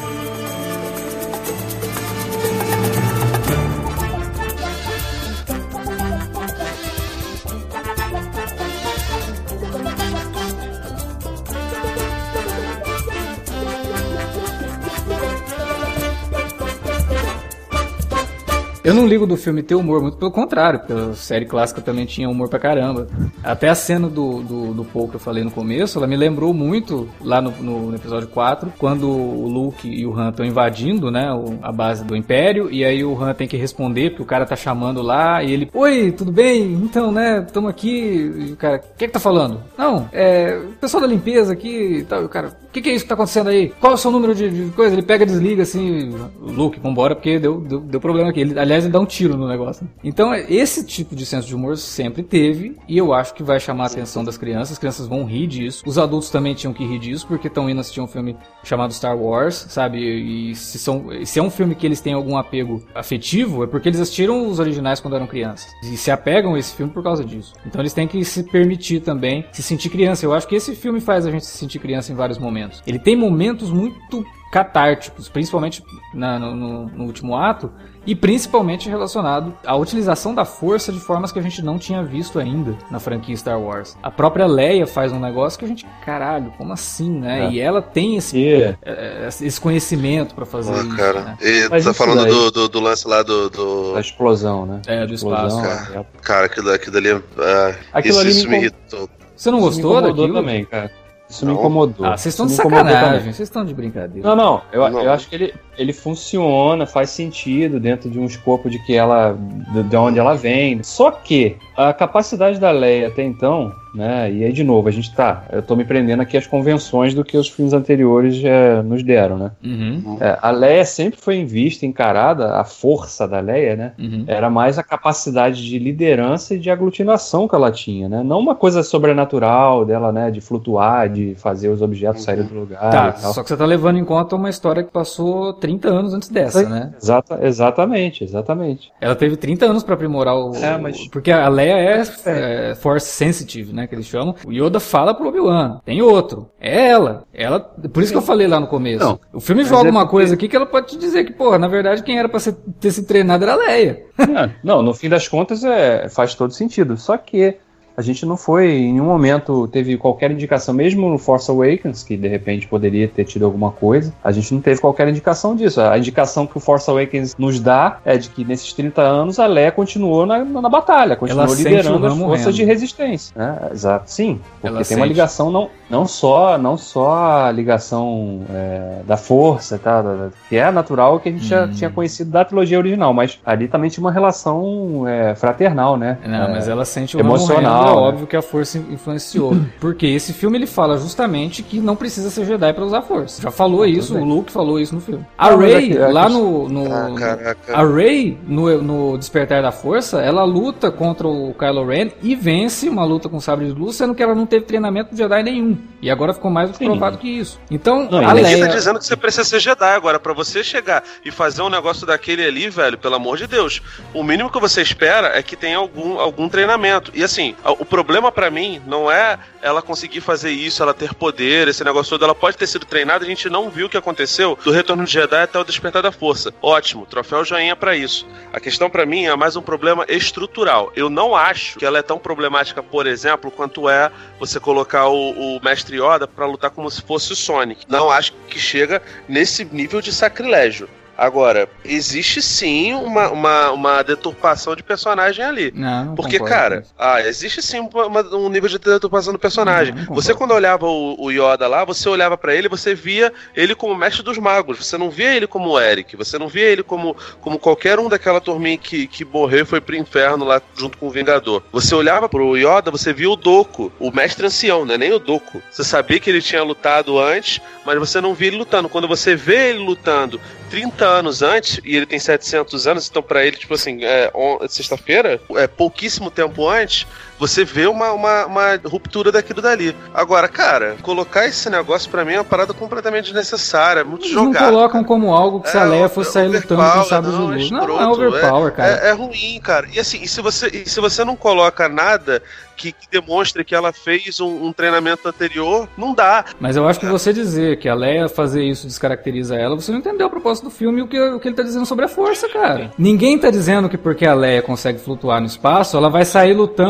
Eu não ligo do filme ter humor, muito pelo contrário, porque a série clássica também tinha humor pra caramba. Até a cena do, do, do Paul que eu falei no começo, ela me lembrou muito, lá no, no, no episódio quatro, quando o Luke e o Han estão invadindo, né, o, a base do Império, e aí o Han tem que responder, porque o cara tá chamando lá, e ele, oi, tudo bem? Então, né, estamos aqui, e o cara, o que é que tá falando? Não, é, o pessoal da limpeza aqui e tal, e o cara, o que, que é isso que tá acontecendo aí? Qual é o seu número de, de coisa? Ele pega, desliga assim, Luke, vambora, porque deu, deu, deu problema aqui. Ele, aliás, ele dá um tiro no negócio. Então, esse tipo de senso de humor sempre teve, e eu acho que vai chamar a atenção das crianças. As crianças vão rir disso. Os adultos também tinham que rir disso, porque estão indo assistir um filme chamado Star Wars, sabe? E se, são, se é um filme que eles têm algum apego afetivo, é porque eles assistiram os originais quando eram crianças. E se apegam a esse filme por causa disso. Então, eles têm que se permitir também se sentir criança. Eu acho que esse filme faz a gente se sentir criança em vários momentos. Ele tem momentos muito catárticos, principalmente na, no, no, no último ato, e principalmente relacionado à utilização da força de formas que a gente não tinha visto ainda na franquia Star Wars. A própria Leia faz um negócio que a gente, caralho, como assim, né? É. E ela tem esse, yeah. esse conhecimento pra fazer ah, isso, cara. né? E Mas tá falando do, do, do lance lá do, do... da explosão, né? É, do explosão, espaço. Cara, é. cara aquilo, aquilo ali... Uh, aquilo isso, ali isso me, me irritou. Você não gostou me daquilo? também, cara. Isso não. me incomodou. Ah, vocês estão de Isso me incomodou sacanagem, também. vocês estão de brincadeira. Não, não, eu, Não. eu acho que ele, ele funciona, faz sentido dentro de um escopo de que ela, de, de onde ela vem. Só que a capacidade da Leia até então, né, e aí de novo, a gente tá, eu tô me prendendo aqui às convenções do que os filmes anteriores é, nos deram, né. Uhum. É, a Leia sempre foi em vista, encarada, a força da Leia, né, Uhum. era mais a capacidade de liderança e de aglutinação que ela tinha, né, não uma coisa sobrenatural dela, né, de flutuar, de fazer os objetos Uhum. saírem do lugar Tá, e tal. só que você tá levando em conta uma história que passou trinta anos antes dessa, né? Exata, exatamente, exatamente. Ela teve trinta anos pra aprimorar o... É, mas- Porque a Leia é, é Force Sensitive, né, que eles chamam. O Yoda fala pro Obi-Wan. Tem outro. É ela. Ela... Por isso que eu falei lá no começo. Não, o filme mas joga é uma porque- coisa aqui que ela pode te dizer que, porra, na verdade quem era pra ser, ter se treinado era a Leia. É, não, no fim das contas é, faz todo sentido. Só que a gente não foi, em nenhum momento teve qualquer indicação, mesmo no Force Awakens, que de repente poderia ter tido alguma coisa, a gente não teve qualquer indicação disso. A indicação que o Force Awakens nos dá é de que nesses trinta anos a Leia continuou na, na batalha, continuou Ela sente liderando o as Han forças morrendo. de resistência. Né? Exato, sim, porque Ela tem sente. uma ligação não, não, só, não só a ligação é, da força, tá, da- da- que é natural que a gente já Hum. tinha conhecido da trilogia original, mas ali também tinha uma relação é, fraternal, né? Não, É, mas ela sente o emocional, Han morrendo, é né? óbvio que a força influenciou. Porque esse filme ele fala justamente que não precisa ser Jedi pra usar a força. Já falou isso, bem. o Luke falou isso no filme. A Não, mas Rey, é que- é lá que- no... no Ah, caraca. a Rey, no, no Despertar da Força, ela luta contra o Kylo Ren e vence uma luta com sabre de luz, sendo que ela não teve treinamento de Jedi nenhum. E agora ficou mais do que Sim. provado que isso. Então, Não, a e Ninguém Leia... tá dizendo que você precisa ser Jedi agora. Pra você chegar e fazer um negócio daquele ali, velho, pelo amor de Deus, o mínimo que você espera é que tenha algum, algum treinamento. E assim, o problema pra mim não é ela conseguir fazer isso, ela ter poder, esse negócio todo. Ela pode ter sido treinada, a gente não viu o que aconteceu do Retorno de Jedi até o Despertar da Força. Ótimo, troféu joinha pra isso. A questão pra mim é mais um problema estrutural. Eu não acho que ela é tão problemática, por exemplo, quanto é você colocar o, o Mestre Yoda pra lutar como se fosse o Sonic. Não acho que chega nesse nível de sacrilégio. Agora, existe sim uma, uma, uma deturpação de personagem ali. Não, não Porque, concordo com cara, isso. ah, existe sim uma- uma- um nível de deturpação do personagem. Não, não concordo. Você, quando olhava o, o Yoda lá, você olhava pra ele, você via ele como mestre dos magos. Você não via ele como o Eric. Você não via ele como, como qualquer um daquela turminha que, que morreu e foi pro inferno lá junto com o Vingador. Você olhava pro Yoda, você via o Dooku, o mestre ancião, né? Nem o Dooku. Você sabia que ele tinha lutado antes, mas você não via ele lutando. Quando você vê ele lutando trinta anos antes, e ele tem setecentos anos, então pra ele, tipo assim, é, on- sexta-feira, é pouquíssimo tempo antes, você vê uma, uma, uma ruptura daquilo dali. Agora, cara, colocar esse negócio pra mim é uma parada completamente desnecessária, muito Eles não jogada. colocam como algo que se a É, Leia o- fosse sair lutando com overpower, sabres de não, luz. Não, escroto, não é overpower, cara. É, é ruim, cara. E assim, e se você, e se você não coloca nada que, que demonstre que ela fez um, um treinamento anterior, não dá. Mas eu acho que você dizer que a Leia fazer isso descaracteriza ela, você não entendeu a proposta do filme e o que, o que ele tá dizendo sobre a força, cara. Ninguém tá dizendo que porque a Leia consegue flutuar no espaço, ela vai sair lutando com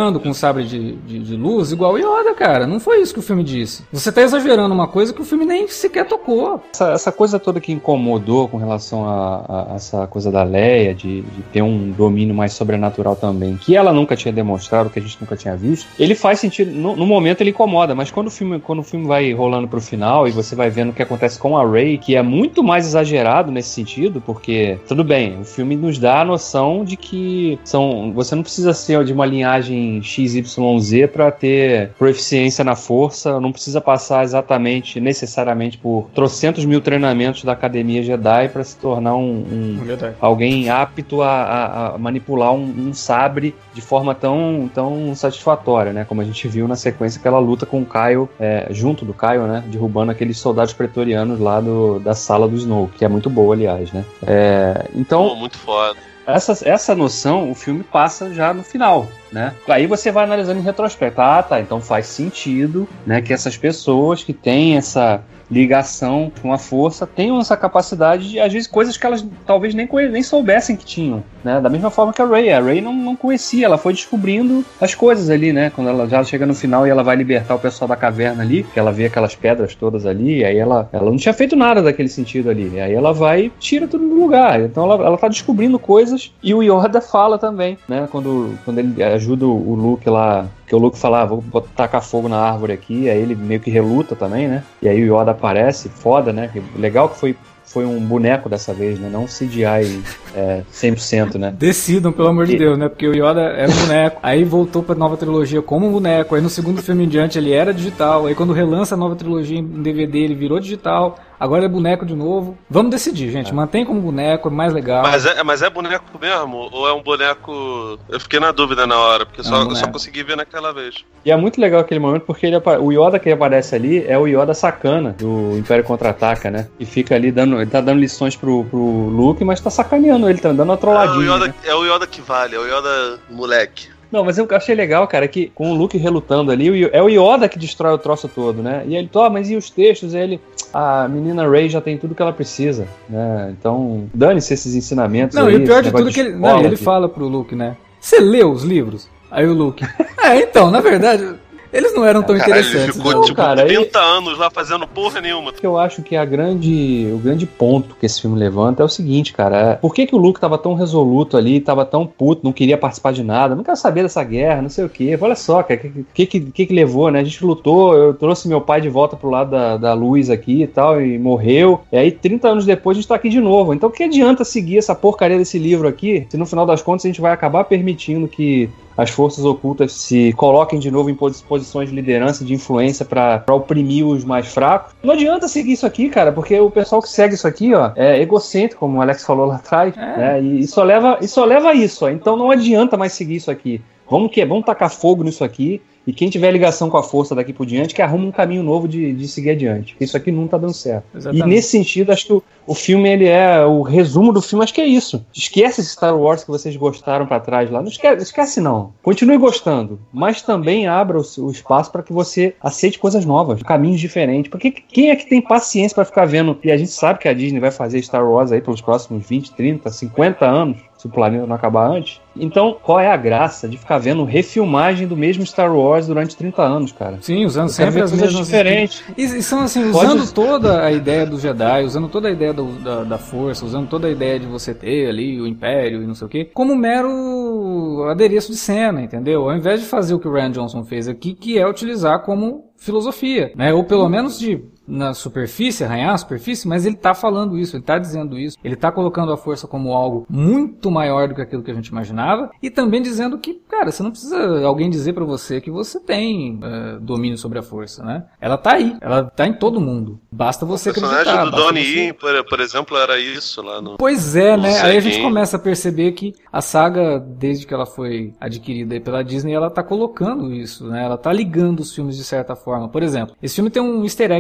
sabre de, de, de luz igual o Yoda, cara. Não foi isso que o filme disse. Você tá exagerando uma coisa que o filme nem sequer tocou. Essa, essa coisa toda que incomodou com relação a, a, a essa coisa da Leia, de, de ter um domínio mais sobrenatural também, que ela nunca tinha demonstrado, que a gente nunca tinha visto, ele faz sentido. No, no momento ele incomoda, mas quando o, filme, quando o filme vai rolando pro final e você vai vendo o que acontece com a Rey, que é muito mais exagerado nesse sentido, porque, tudo bem, o filme nos dá a noção de que são, você não precisa ser de uma linhagem X Y Z para ter proficiência na força, não precisa passar exatamente, necessariamente por trocentos mil treinamentos da Academia Jedi para se tornar um, um alguém apto a, a, a manipular um, um sabre de forma tão, tão satisfatória, né? Como a gente viu na sequência que ela luta com o Kylo, é, junto do Kylo, né? Derrubando aqueles soldados pretorianos lá do, da sala do Snoke, que é muito boa, aliás, né? É, então... Pô, muito foda. Essa, essa noção o filme passa já no final, né? Aí você vai analisando em retrospecto. Ah, tá, então faz sentido, né, que essas pessoas que têm essa ligação com a força tenham essa capacidade de, às vezes, coisas que elas talvez nem, nem soubessem que tinham, né? Da mesma forma que a Rey. A Rey não, não conhecia, ela foi descobrindo as coisas ali, né? Quando ela já chega no final e ela vai libertar o pessoal da caverna ali, que ela vê aquelas pedras todas ali, e aí ela, ela não tinha feito nada daquele sentido ali. E aí ela vai e tira tudo do lugar. Então ela, ela tá descobrindo coisas, e o Yoda fala também, né? Quando, quando ele ajuda o Luke lá, que o Luke fala, ah, vou tacar fogo na árvore aqui, aí ele meio que reluta também, né? E aí o Yoda aparece, foda, né? Legal que foi, foi um boneco dessa vez, né? Não C G I é, cem por cento, né? Decidam, pelo amor de Deus, né? Porque o Yoda era um boneco, aí voltou pra nova trilogia como um boneco, aí no segundo filme em diante ele era digital, aí quando relança a nova trilogia em D V D ele virou digital, agora é boneco de novo. Vamos decidir, gente. É. Mantém como boneco, é mais legal. Mas é, mas é boneco mesmo? Ou é um boneco... Eu fiquei na dúvida na hora, porque é só, um eu só consegui ver naquela vez. E é muito legal aquele momento, porque ele, o Yoda que aparece ali é o Yoda sacana do Império Contra-Ataca, né? E fica ali dando... Ele tá dando lições pro, pro Luke, mas tá sacaneando ele, tá dando uma trolladinha. É o Yoda, né? é o Yoda que vale, é o Yoda moleque. Não, mas eu achei legal, cara, que com o Luke relutando ali, é o Yoda que destrói o troço todo, né? E ele, ó, oh, mas e os textos? E ele, a menina Rey já tem tudo que ela precisa, né? Então, dane-se esses ensinamentos. Não, aí, e o pior de tudo é que ele, não, ele fala pro Luke, né? Você leu os livros? Aí o Luke, é, então, na verdade... Eles não eram tão Caralho, interessantes. Ele ficou não, tipo cara, trinta e... anos lá fazendo porra nenhuma. Eu acho que a grande, o grande ponto que esse filme levanta é o seguinte, cara. Por que, que o Luke tava tão resoluto ali, tava tão puto, não queria participar de nada, não quero saber dessa guerra, não sei o quê. Olha só, cara, o que, que, que que levou, né? A gente lutou, eu trouxe meu pai de volta pro lado da, da luz aqui e tal, e morreu. E aí, trinta anos depois, a gente tá aqui de novo. Então, o que adianta seguir essa porcaria desse livro aqui, se no final das contas a gente vai acabar permitindo que as forças ocultas se coloquem de novo em posições de liderança, de influência pra, pra oprimir os mais fracos. Não adianta seguir isso aqui, cara, porque o pessoal que segue isso aqui, ó, é egocêntrico, como o Alex falou lá atrás, é. né, e, e, só leva, e só leva a isso, ó. Então não adianta mais seguir isso aqui. Vamos, que, vamos tacar fogo nisso aqui, e quem tiver ligação com a força daqui por diante, que arruma um caminho novo de, de seguir adiante. Isso aqui não tá dando certo. Exatamente. E nesse sentido, acho que o, o filme, ele é o resumo do filme, acho que é isso. Esquece esse Star Wars que vocês gostaram pra trás lá. Não esquece, esquece não. Continue gostando. Mas também abra o, o espaço para que você aceite coisas novas, caminhos diferentes. Porque quem é que tem paciência pra ficar vendo? E a gente sabe que a Disney vai fazer Star Wars aí pelos próximos vinte, trinta, cinquenta anos, se o planeta não acabar antes. Então, qual é a graça de ficar vendo refilmagem do mesmo Star Wars durante trinta anos, cara? Sim, usando sempre as mesmas diferentes. E, e são assim, usando Pode... toda a ideia do Jedi, usando toda a ideia do, da, da força, usando toda a ideia de você ter ali o Império e não sei o quê, como mero adereço de cena, entendeu? Ao invés de fazer o que o Rian Johnson fez aqui, que é utilizar como filosofia, né? Ou pelo menos de na superfície, arranhar a superfície, mas ele tá falando isso, ele tá dizendo isso, ele tá colocando a força como algo muito maior do que aquilo que a gente imaginava, e também dizendo que, cara, você não precisa alguém dizer pra você que você tem uh, domínio sobre a força, né? Ela tá aí, ela tá em todo mundo, basta você acreditar. O personagem do Donnie Yen, por, por exemplo, era isso lá no... Pois é, né? Aí a gente começa a perceber que a saga, desde que ela foi adquirida aí pela Disney, ela tá colocando isso, né? Ela tá ligando os filmes de certa forma. Por exemplo, esse filme tem um easter eggzinho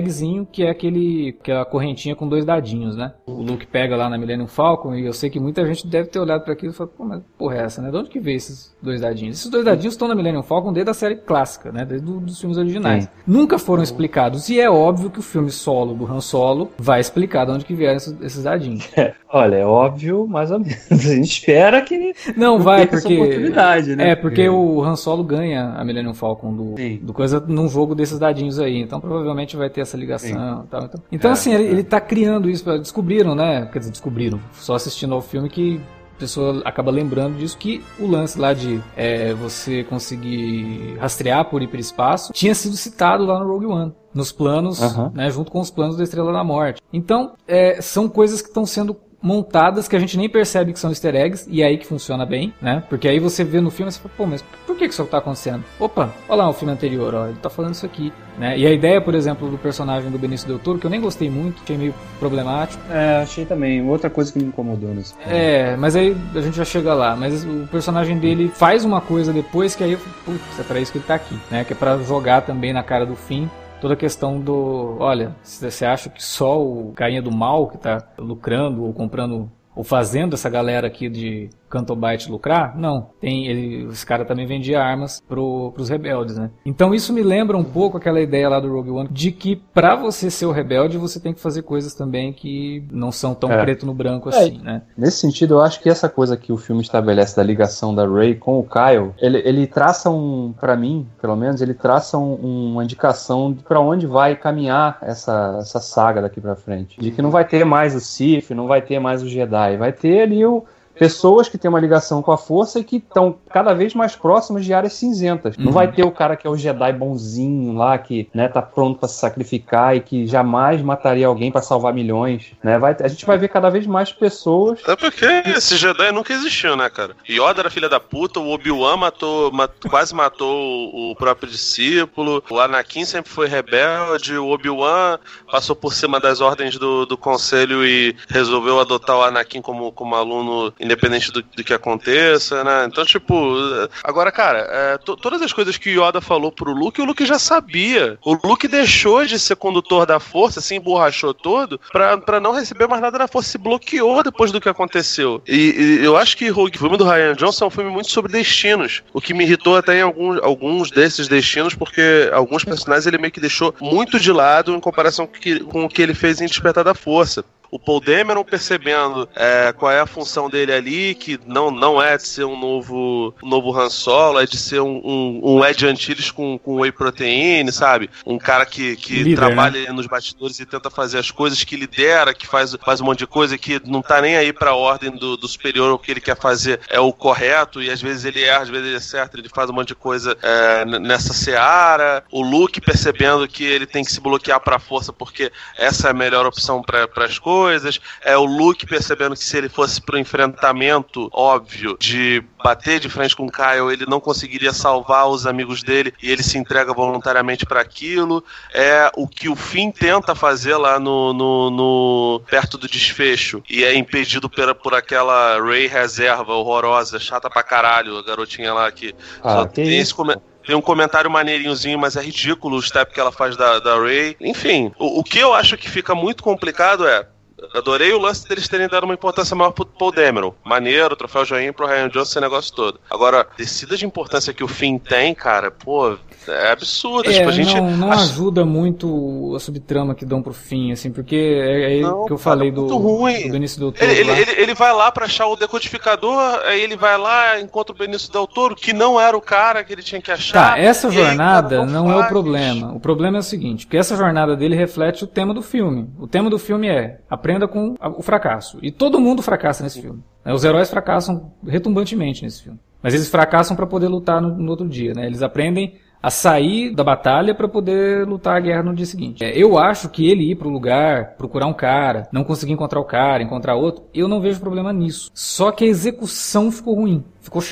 verdinho, que é aquele, que é a correntinha com dois dadinhos, né? O Luke pega lá na Millennium Falcon, e eu sei que muita gente deve ter olhado pra aquilo e falado, pô, mas porra é essa, né? De onde que veio esses dois dadinhos? Esses dois dadinhos estão na Millennium Falcon desde a série clássica, né? Desde do, dos filmes originais. Sim. Nunca foram explicados, e é óbvio que o filme solo do Han Solo vai explicar de onde que vieram esses, esses dadinhos. É, olha, é óbvio, mais ou menos. A gente espera que não, não vai, porque oportunidade, né? É, porque é. o Han Solo ganha a Millennium Falcon do, do coisa num jogo desses dadinhos aí, então provavelmente vai ter essa ligação e tal. Então, então é, assim, é. Ele, ele tá criando isso, descobriram, né? Quer dizer, descobriram, só assistindo ao filme que a pessoa acaba lembrando disso, que o lance lá de é, você conseguir rastrear por hiperespaço tinha sido citado lá no Rogue One, nos planos, uhum. né, junto com os planos da Estrela da Morte. Então, é, são coisas que estão sendo montadas que a gente nem percebe que são easter eggs, e é aí que funciona bem, né? Porque aí você vê no filme e você fala, pô, mas por que que isso tá acontecendo? Opa, olha lá o filme anterior, ó, ele tá falando isso aqui, né? E a ideia, por exemplo, do personagem do Benício Del Toro, que eu nem gostei muito, achei meio problemático. É, achei também, outra coisa que me incomodou nesse filme. É, mas aí a gente já chega lá, mas o personagem dele faz uma coisa depois que aí eu falo, putz, é pra isso que ele tá aqui, né? Que é pra jogar também na cara do Finn toda a questão do, olha, você acha que só o carinha do mal que tá lucrando ou comprando ou fazendo essa galera aqui de Canto Bight lucrar? Não. Tem, ele, esse cara também vendia armas pro, pros rebeldes, né? Então isso me lembra um pouco aquela ideia lá do Rogue One, de que pra você ser o rebelde, você tem que fazer coisas também que não são tão é. preto no branco assim, é. né? Nesse sentido, eu acho que essa coisa que o filme estabelece da ligação da Rey com o Kyle, ele, ele traça um, pra mim, pelo menos, ele traça um, uma indicação de pra onde vai caminhar essa, essa saga daqui pra frente. De que não vai ter mais o Sith, não vai ter mais o Jedi, vai ter ali o, pessoas que têm uma ligação com a força e que estão cada vez mais próximas de áreas cinzentas. Uhum. Não vai ter o cara que é o Jedi bonzinho lá, que, né, tá pronto pra se sacrificar e que jamais mataria alguém pra salvar milhões, né? Vai, a gente vai ver cada vez mais pessoas... Até porque esse Jedi nunca existiu, né, cara? Yoda era filha da puta, o Obi-Wan matou, mat, quase matou o próprio discípulo, o Anakin sempre foi rebelde, o Obi-Wan passou por cima das ordens do, do conselho e resolveu adotar o Anakin como, como aluno independente do, do que aconteça, né? Então, tipo, agora, cara, é, to, todas as coisas que o Yoda falou pro Luke, o Luke já sabia. O Luke deixou de ser condutor da força, se emborrachou todo, pra, pra não receber mais nada da força, se bloqueou depois do que aconteceu. E, e eu acho que o filme do Rian Johnson é um filme muito sobre destinos, o que me irritou até em alguns, alguns desses destinos, porque alguns personagens ele meio que deixou muito de lado em comparação com, que, com o que ele fez em Despertar da Força. O Paul Dameron percebendo é, qual é a função dele ali, que não, não é de ser um novo, um novo Han Solo, é de ser um, um, um Ed Antilles com, com whey protein, sabe? Um cara que, que Líder, trabalha, né, nos bastidores e tenta fazer as coisas, que lidera, que faz, faz um monte de coisa, que não tá nem aí pra ordem do, do superior, o que ele quer fazer é o correto, e às vezes ele erra, às vezes ele acerta, ele faz um monte de coisa é, nessa seara. O Luke percebendo que ele tem que se bloquear pra força, porque essa é a melhor opção pra, pras coisas. Coisas. É o Luke percebendo que se ele fosse pro enfrentamento óbvio de bater de frente com o Kyle, ele não conseguiria salvar os amigos dele e ele se entrega voluntariamente para aquilo. É o que o Finn tenta fazer lá no, no, no perto do desfecho e é impedido por, por aquela Rey reserva horrorosa, chata pra caralho, a garotinha lá que ah, só que tem esse comentário. Tem um comentário maneirinhozinho, mas é ridículo o step que ela faz da, da Rey. Enfim, o, o que eu acho que fica muito complicado é... Adorei o lance deles terem dado uma importância maior pro Paul Dameron. Maneiro, troféu joinha pro Rian Johnson, esse negócio todo. Agora, descida de importância que o Finn tem, cara, pô, é absurdo. É, tipo, a gente não, não acha... ajuda muito a subtrama que dão pro Finn, assim, porque é, é não, que eu falei cara, do, ruim. do Benício Del Toro. Ele, ele, ele, ele vai lá pra achar o decodificador, aí ele vai lá, encontra o Benício Del Toro, que não era o cara que ele tinha que achar. Tá, essa jornada aí, não, não é o problema. O problema é o seguinte, porque essa jornada dele reflete o tema do filme. O tema do filme é aprenda com o fracasso. E todo mundo fracassa nesse filme. Os heróis fracassam retumbantemente nesse filme. Mas eles fracassam para poder lutar no, no outro dia, né? Eles aprendem a sair da batalha para poder lutar a guerra no dia seguinte. Eu acho que ele ir pro lugar, procurar um cara, não conseguir encontrar o cara, encontrar outro, eu não vejo problema nisso. Só que a execução ficou ruim, ficou chato.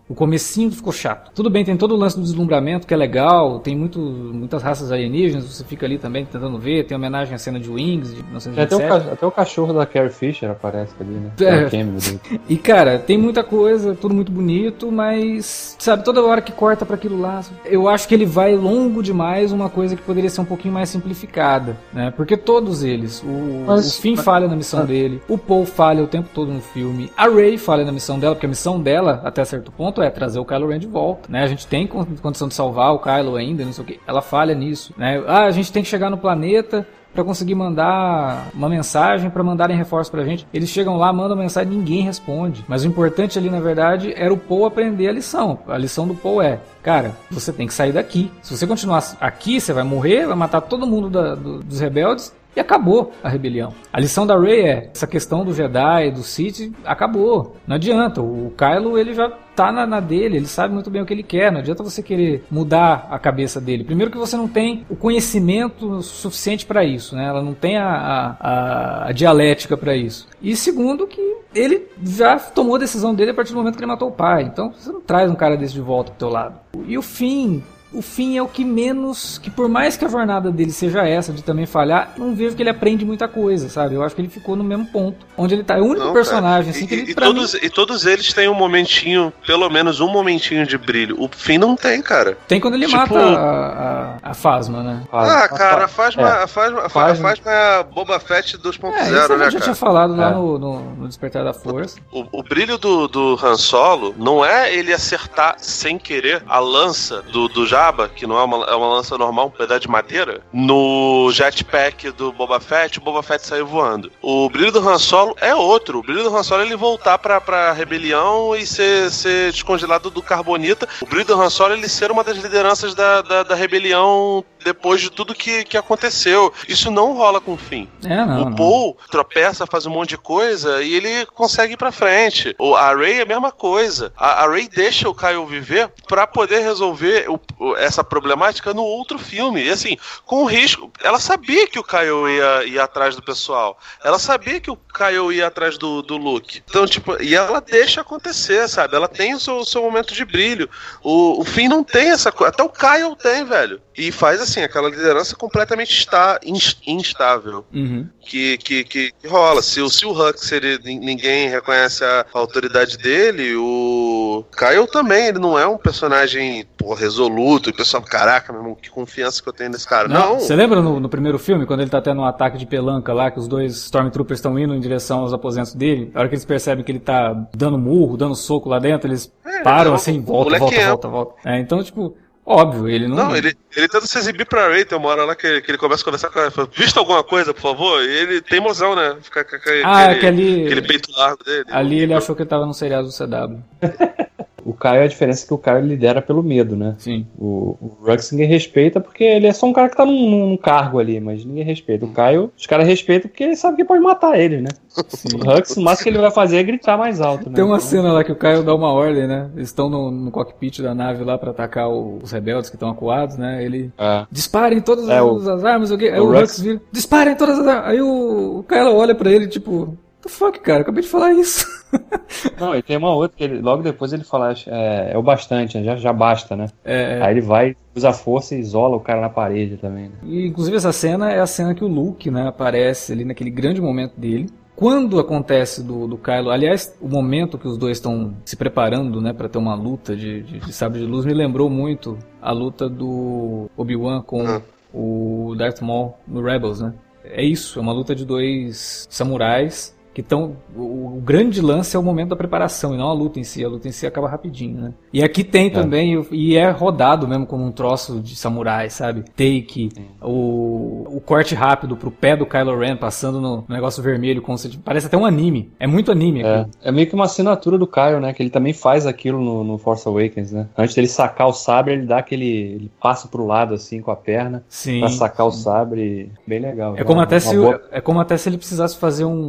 O comecinho ficou chato. Tudo bem, tem todo o lance do deslumbramento, que é legal, tem muito, muitas raças alienígenas, você fica ali também tentando ver, tem homenagem à cena de Wings, de mil novecentos e vinte e sete. É, até, o, até o cachorro da Carrie Fisher aparece ali, né? É. E cara, tem muita coisa, tudo muito bonito, mas, sabe, toda hora que corta pra aquilo lá, eu acho que ele vai longo demais, uma coisa que poderia ser um pouquinho mais simplificada, né? Porque todos eles, o, mas, o Finn mas... falha na missão dele, o Paul falha o tempo todo no filme, a Rey falha na missão dela, porque a missão dela, até certo ponto, é trazer o Kylo Ren de volta, né? A gente tem condição de salvar o Kylo ainda, não sei o que. Ela falha nisso, né? Ah, a gente tem que chegar no planeta para conseguir mandar uma mensagem, para mandarem reforço pra gente. Eles chegam lá, mandam mensagem, ninguém responde. Mas o importante ali, na verdade, era o Paul aprender a lição. A lição do Paul é, cara, você tem que sair daqui. Se você continuar aqui, você vai morrer, vai matar todo mundo da, do, dos rebeldes, e acabou a rebelião. A lição da Rey é, essa questão do Jedi, do Sith, acabou. Não adianta, o Kylo, ele já tá na, na dele, ele sabe muito bem o que ele quer, não adianta você querer mudar a cabeça dele. Primeiro que você não tem o conhecimento suficiente para isso, né? Ela não tem a, a, a, a dialética para isso. E segundo que ele já tomou a decisão dele a partir do momento que ele matou o pai. Então você não traz um cara desse de volta pro teu lado. E o Finn... O Finn é o que menos, que por mais que a jornada dele seja essa, de também falhar, não vejo que ele aprende muita coisa, sabe? Eu acho que ele ficou no mesmo ponto, onde ele tá. É o único não, personagem, assim, e, que ele... E todos, mim... e todos eles têm um momentinho, pelo menos um momentinho de brilho. O Finn não tem, cara. Tem quando ele tipo... mata a, a, a Phasma, né? Ah, cara, a Phasma, é. a Phasma, a Phasma é a Boba Fett dois ponto zero, é, né, eu já cara? tinha falado lá é. no, no, no Despertar da Força. O, o brilho do, do Han Solo não é ele acertar sem querer a lança do, do Jabba, que não é uma é uma lança normal, um pedaço de madeira, no jetpack do Boba Fett, o Boba Fett saiu voando. O brilho do Han Solo é outro. O brilho do Han Solo é ele voltar pra, pra rebelião e ser, ser descongelado do Carbonita. O brilho do Han Solo é ele ser uma das lideranças da, da, da rebelião depois de tudo que, que aconteceu. Isso não rola com o Finn. É, não, o Paul não. tropeça, faz um monte de coisa e ele consegue ir pra frente. O, a Rey é a mesma coisa. A, a Rey deixa o Kylo viver pra poder resolver o, o, essa problemática no outro filme. E assim, com o risco... Ela sabia que o Kylo ia, ia atrás do pessoal. Ela sabia que o Kylo ia atrás do, do Luke. Então, tipo... E ela deixa acontecer, sabe? Ela tem o seu, o seu momento de brilho. O, o Finn não tem essa coisa. Até o Kylo tem, velho. E faz, assim, aquela liderança completamente está, instável. Uhum. Que, que, que, que rola. Se, se o Hux, ele, ninguém reconhece a, a autoridade dele, o Kylo também, ele não é um personagem, pô, resoluto. E o pessoal, caraca, meu irmão, que confiança que eu tenho nesse cara. Não. Você lembra no, no primeiro filme, quando ele tá tendo um ataque de pelanca lá, que os dois Stormtroopers estão indo em direção aos aposentos dele? A hora que eles percebem que ele tá dando murro, dando soco lá dentro, eles é, param não, assim, volta, volta, é. volta, volta. É, então, tipo... Óbvio, ele não... Não, ele, ele tenta se exibir pra Rey, tem uma hora lá que, que ele começa a conversar com ela, fala, vista alguma coisa, por favor? E ele tem mozão, né? Fica com aquele, ah, que ali, aquele peito largo dele. Ali ele achou que ele tava num seriado do C W. O Kylo, a diferença é que o Kylo lidera pelo medo, né? Sim. O, o Rux ninguém respeita porque ele é só um cara que tá num, num cargo ali, mas ninguém respeita. O Kylo, os caras respeitam porque ele sabe que pode matar ele, né? Sim. O Rux, o máximo que ele vai fazer é gritar mais alto, né? Tem uma então... cena lá que o Kylo dá uma ordem, né? Eles estão no, no cockpit da nave lá pra atacar o, os rebeldes que estão acuados, né? Ele... É. Disparem todas é, as, o... as armas. Aí o, o Rux, Rux vira... Disparem todas as armas. Aí o, o Kylo olha pra ele, tipo... What the fuck, cara? Acabei de falar isso. Não, e tem uma outra que ele, logo depois ele fala, é, é o bastante, né? já, já basta, né? É, Aí ele vai, usa a força e isola o cara na parede também, né? E, inclusive essa cena é a cena que o Luke, né, aparece ali naquele grande momento dele. Quando acontece do, do Kylo, aliás, o momento que os dois estão se preparando, né, para ter uma luta de, de, de sabre de luz, me lembrou muito a luta do Obi-Wan com uhum. o Darth Maul no Rebels, né? É isso, é uma luta de dois samurais que estão... O, o grande lance é o momento da preparação e não a luta em si. A luta em si acaba rapidinho, né? E aqui tem é. também, e é rodado mesmo como um troço de samurai, sabe? Take, o, o corte rápido pro pé do Kylo Ren passando no, no negócio vermelho, como se, parece até um anime. É muito anime é. aqui. É meio que uma assinatura do Kylo, né? Que ele também faz aquilo no, no Force Awakens, né? Antes dele sacar o sabre, ele dá aquele... Ele passa pro lado, assim, com a perna. Sim, pra sacar sim. o sabre. Bem legal. É como, até se, boa... é como até se ele precisasse fazer um, uma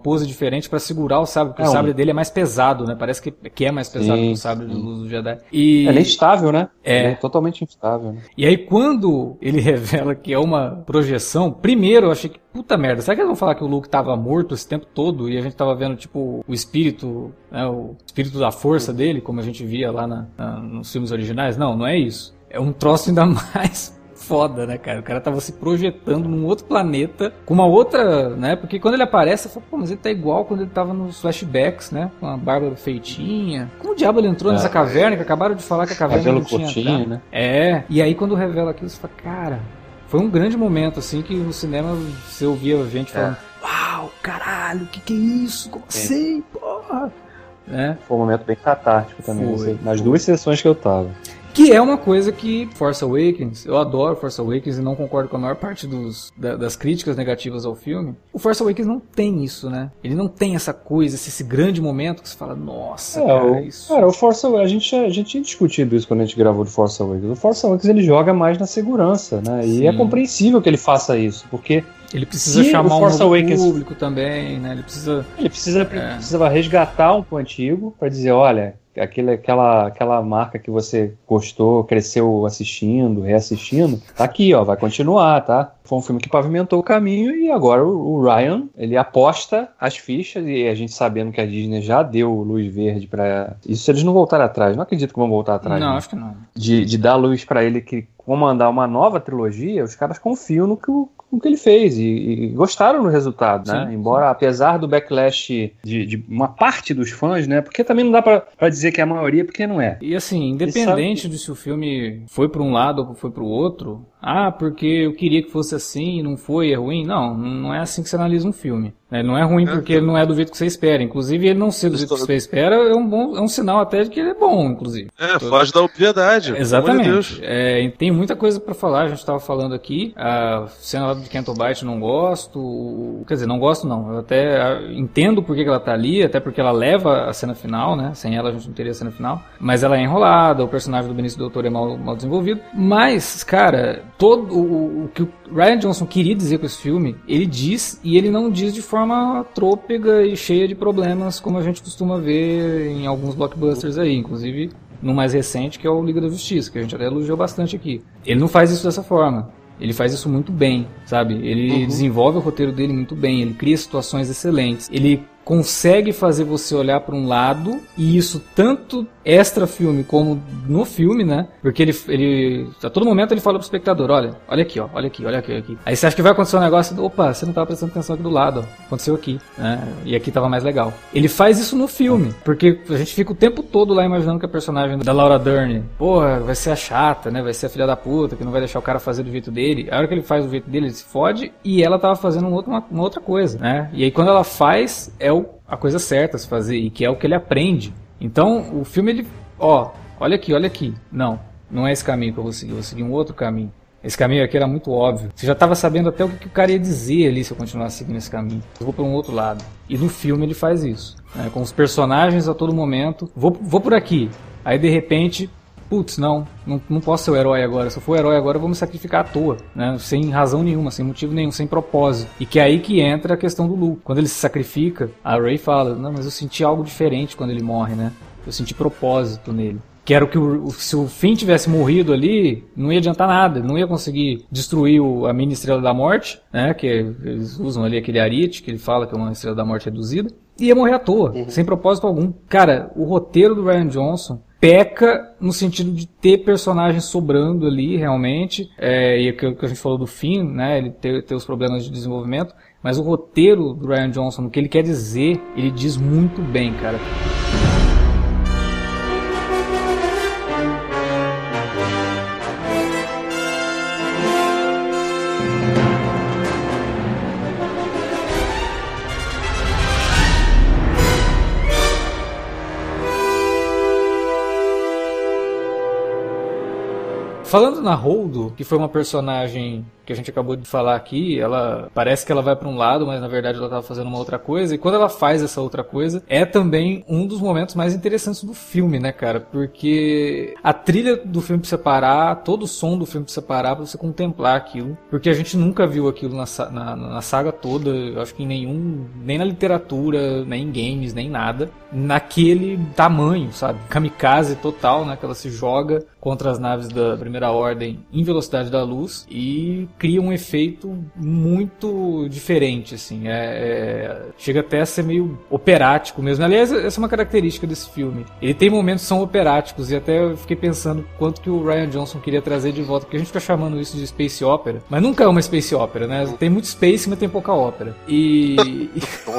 pose diferente pra segurar o sabre, porque É, o um- sabre dele é mais pesado, né? Parece que, que é mais pesado Sim, que o sabre de sim. luz do Jedi. E, Ele é instável, né? É. Ele é totalmente instável, né? e aí quando ele revela que é uma projeção, primeiro eu achei que, puta merda, será que eles vão falar que o Luke tava morto esse tempo todo e a gente tava vendo, tipo, o espírito, né, o espírito da força dele, como a gente via lá na, na, nos filmes originais? Não, não é isso. É um troço ainda mais foda, né, cara? O cara tava se projetando num outro planeta, com uma outra, né? Porque quando ele aparece, eu falo, pô, mas ele tá igual quando ele tava nos flashbacks, né? Com a barba feitinha. Como o diabo ele entrou É. nessa caverna, que acabaram de falar que a caverna Cabelo não tinha curtinho, entrado? né? É, e aí quando revela aquilo, você fala, cara, foi um grande momento, assim, que no cinema você ouvia a gente falando, uau, caralho, que que é isso? Como assim, porra? Né? Foi um momento bem catártico também, Foi, assim, nas foi. duas sessões que eu tava. Que é uma coisa que Force Awakens, eu adoro Force Awakens e não concordo com a maior parte dos, da- das críticas negativas ao filme. O Force Awakens não tem isso, né? Ele não tem essa coisa, esse, esse grande momento que você fala, nossa, É, cara, o, isso... cara, o Force Awakens, a gente, a gente tinha discutido isso quando a gente gravou do Force Awakens. O Force Awakens ele joga mais na segurança, né? E Sim. é compreensível que ele faça isso, porque Ele precisa se chamar o um Force novo Awakens- público também, né? Ele precisa... ele precisa, É. precisava resgatar um antigo para dizer, olha, aquele, aquela, aquela marca que você gostou, cresceu assistindo, reassistindo, tá aqui, ó, vai continuar, tá? Foi um filme que pavimentou o caminho e agora o, o Ryan, ele aposta as fichas e a gente sabendo que a Disney já deu luz verde pra... Isso se eles não voltarem atrás, não acredito que vão voltar atrás. Não, né? acho que não. de, de dar luz pra ele que comandar uma nova trilogia, os caras confiam no que, o, no que ele fez e, e gostaram do resultado, né? Sim, Embora, apesar do backlash de, de uma parte dos fãs, né? Porque também não dá pra, pra dizer que é a maioria, porque não é. E assim, independente de se o filme foi para um lado ou foi para o outro, ah, porque eu queria que fosse assim e não foi, é ruim. Não, não é assim que você analisa um filme. Ele não é ruim porque ele não é do jeito que você espera. Inclusive, ele não ser do jeito que você espera é um, bom, é um sinal até de que ele é bom, inclusive. É, foge da obviedade. Exatamente. Pelo amor de Deus. É, e tem muita coisa pra falar, a gente estava falando aqui. A cena lá do Canto Bight não gosto. Quer dizer, não gosto não. Eu até ah, entendo por que que ela tá ali, até porque ela leva a cena final, né? Sem ela a gente não teria a cena final. Mas ela é enrolada, o personagem do Benício Del Toro é mal, mal desenvolvido. Mas, cara, todo o, o que o Rian Johnson queria dizer com esse filme, ele diz, e ele não diz de forma trôpega e cheia de problemas, como a gente costuma ver em alguns blockbusters aí, inclusive no mais recente, que é o Liga da Justiça, que a gente até elogiou bastante aqui. Ele não faz isso dessa forma. Ele faz isso muito bem, sabe? Ele Uhum. desenvolve o roteiro dele muito bem, ele cria situações excelentes. Ele consegue fazer você olhar para um lado, e isso tanto extra filme como no filme, né? Porque ele, ele a todo momento ele fala pro espectador, olha, olha aqui, ó, olha aqui, olha aqui, olha aqui. Aí você acha que vai acontecer um negócio, opa, você não tava prestando atenção aqui do lado, ó. Aconteceu aqui, né? E aqui tava mais legal. Ele faz isso no filme, porque a gente fica o tempo todo lá imaginando que a personagem da Laura Dern, porra, vai ser a chata, né? Vai ser a filha da puta, que não vai deixar o cara fazer do jeito dele. A hora que ele faz do jeito dele, ele se fode, e ela tava fazendo um outro, uma, uma outra coisa, né? E aí quando ela faz, é o, a coisa certa a se fazer, e que é o que ele aprende. Então, o filme, ele, ó, olha aqui, olha aqui. Não, não é esse caminho que eu vou seguir, eu vou seguir um outro caminho. Esse caminho aqui era muito óbvio. Você já estava sabendo até o que, que o cara ia dizer ali se eu continuasse seguindo esse caminho. Eu vou para um outro lado. E no filme ele faz isso, né? Com os personagens a todo momento. Vou, vou por aqui. Aí de repente, putz, não, não, não posso ser o herói agora. Se eu for o herói agora, eu vou me sacrificar à toa, né? Sem razão nenhuma, sem motivo nenhum, sem propósito. E que é aí que entra a questão do Luke. Quando ele se sacrifica, a Rey fala, não, mas eu senti algo diferente quando ele morre, né? Eu senti propósito nele. Que era o que o, se o Finn tivesse morrido ali, não ia adiantar nada, não ia conseguir destruir o, a mini Estrela da Morte, né? Que eles usam ali aquele Ariete, que ele fala que é uma Estrela da Morte reduzida, e ia morrer à toa, uhum. sem propósito algum. Cara, o roteiro do Rian Johnson peca no sentido de ter personagens sobrando ali, realmente, é, e o que a gente falou do Finn, né? Ele ter, ter os problemas de desenvolvimento, mas o roteiro do Rian Johnson, o que ele quer dizer, ele diz muito bem, cara. Falando na Holdo, que foi uma personagem que a gente acabou de falar aqui, ela parece que ela vai pra um lado, mas na verdade ela tava fazendo uma outra coisa, e quando ela faz essa outra coisa, é também um dos momentos mais interessantes do filme, né, cara? Porque a trilha do filme precisa parar, todo o som do filme precisa parar pra você contemplar aquilo, porque a gente nunca viu aquilo na, na, na saga toda, eu acho que em nenhum, nem na literatura, nem em games, nem nada, naquele tamanho, sabe? Kamikaze total, né? Que ela se joga contra as naves da Primeira Ordem em velocidade da luz e cria um efeito muito diferente, assim. É, é, chega até a ser meio operático mesmo. Aliás, essa é uma característica desse filme. Ele tem momentos que são operáticos, e até eu fiquei pensando quanto que o Rian Johnson queria trazer de volta, porque a gente fica chamando isso de space opera, mas nunca é uma space opera, né? Tem muito space, mas tem pouca ópera. E...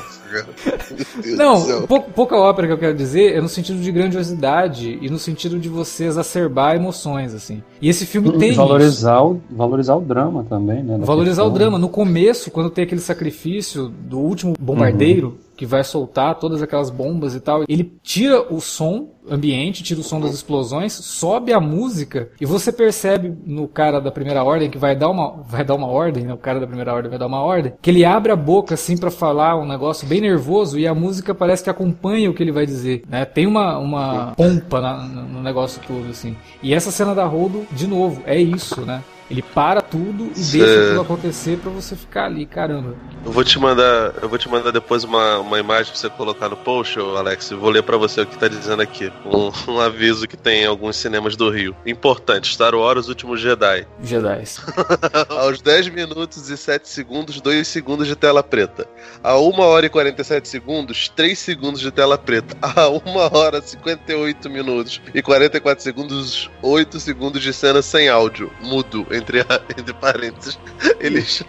Não, pou, pouca ópera que eu quero dizer é no sentido de grandiosidade e no sentido de você exacerbar emoções, assim. E esse filme tem valorizar o, valorizar o drama também, né? Valorizar o drama. No começo, quando tem aquele sacrifício do último bombardeiro, uhum, que vai soltar todas aquelas bombas e tal, ele tira o som ambiente, tira o som das explosões, sobe a música, e você percebe no cara da Primeira Ordem, que vai dar uma, vai dar uma ordem, né? O cara da Primeira Ordem vai dar uma ordem, que ele abre a boca assim pra falar um negócio bem nervoso, e a música parece que acompanha o que ele vai dizer, né? Tem uma, uma pompa na, no negócio todo, assim. E essa cena da Holdo, de novo, é isso, né? Ele para tudo e Cê... deixa tudo acontecer pra você ficar ali, caramba. Eu vou te mandar, eu vou te mandar depois uma, uma imagem pra você colocar no post, Alex. Eu vou ler pra você o que tá dizendo aqui. Um, um aviso que tem em alguns cinemas do Rio. Importante, Star Wars, Últimos Jedi. Jedi. Aos dez minutos e sete segundos, dois segundos de tela preta. A uma hora e quarenta e sete segundos, três segundos de tela preta. A uma hora, cinquenta e oito minutos e quarenta e quatro segundos, oito segundos de cena sem áudio. Mudo. Entre, entre parênteses, eles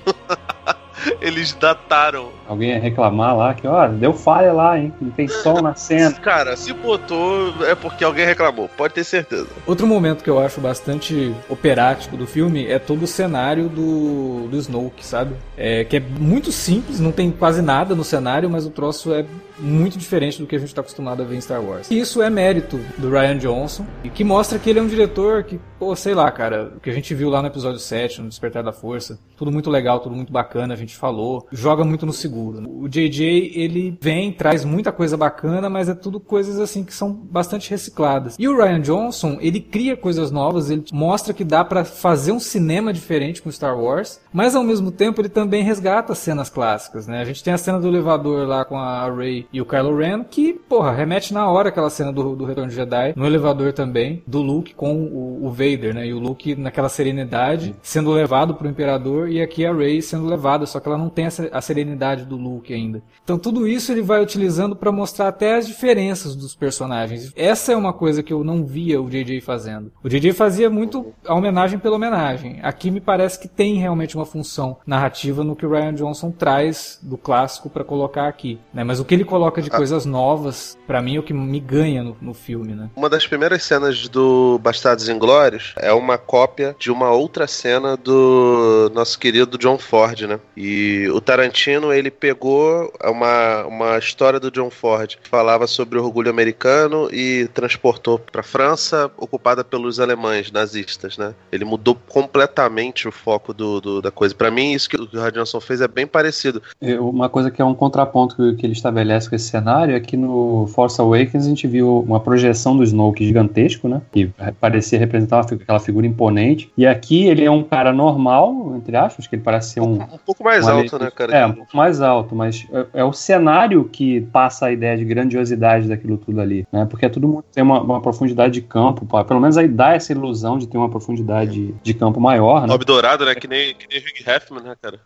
eles dataram. Alguém ia reclamar lá que, ó, deu falha lá, hein? Não tem som na cena. Cara, se botou é porque alguém reclamou, pode ter certeza. Outro momento que eu acho bastante operático do filme é todo o cenário do, do Snoke, sabe? É, que é muito simples, não tem quase nada no cenário, mas o troço é muito diferente do que a gente está acostumado a ver em Star Wars. E isso é mérito do Rian Johnson, e que mostra que ele é um diretor que, pô, sei lá, cara, o que a gente viu lá no episódio sete, no Despertar da Força, tudo muito legal, tudo muito bacana, a gente falou, joga muito no seguro. O J J, ele vem, traz muita coisa bacana, mas é tudo coisas assim que são bastante recicladas. E o Rian Johnson, ele cria coisas novas, ele mostra que dá pra fazer um cinema diferente com Star Wars, mas ao mesmo tempo ele também resgata cenas clássicas, né? A gente tem a cena do elevador lá com a Rey e o Kylo Ren, que, porra, remete na hora aquela cena do, do Retorno de Jedi, no elevador também, do Luke com o, o Vader, né? E o Luke naquela serenidade, sendo levado pro Imperador, e aqui a Rey sendo levada, só que ela não tem a, a serenidade do Luke ainda. Então tudo isso ele vai utilizando pra mostrar até as diferenças dos personagens. Essa é uma coisa que eu não via o J J fazendo. O J J fazia muito a homenagem pela homenagem. Aqui me parece que tem realmente uma função narrativa no que o Rian Johnson traz do clássico pra colocar aqui, né? Mas o que ele coloca de coisas novas, pra mim é o que me ganha no, no filme, né? Uma das primeiras cenas do Bastardos Inglórios é uma cópia de uma outra cena do nosso querido John Ford, né? E o Tarantino, ele pegou uma, uma história do John Ford que falava sobre o orgulho americano e transportou pra França, ocupada pelos alemães nazistas, né? Ele mudou completamente o foco do, do, da coisa. Pra mim, isso que o Rian Johnson fez é bem parecido. Uma coisa que é um contraponto que, que ele estabelece com esse cenário é que no Force Awakens a gente viu uma projeção do Snoke gigantesco, né? Que parecia representar uma, aquela figura imponente. E aqui ele é um cara normal, entre aspas, que ele parece ser um... Um pouco mais um alto, né, cara? É, um pouco mais alto, mas é, é o cenário que passa a ideia de grandiosidade daquilo tudo ali, né? Porque é tudo muito, tem uma, uma profundidade de campo, pá. Pelo menos aí dá essa ilusão de ter uma profundidade de campo maior, né? Lobo dourado, né? Que nem, que nem Hugh Hefner, né, cara?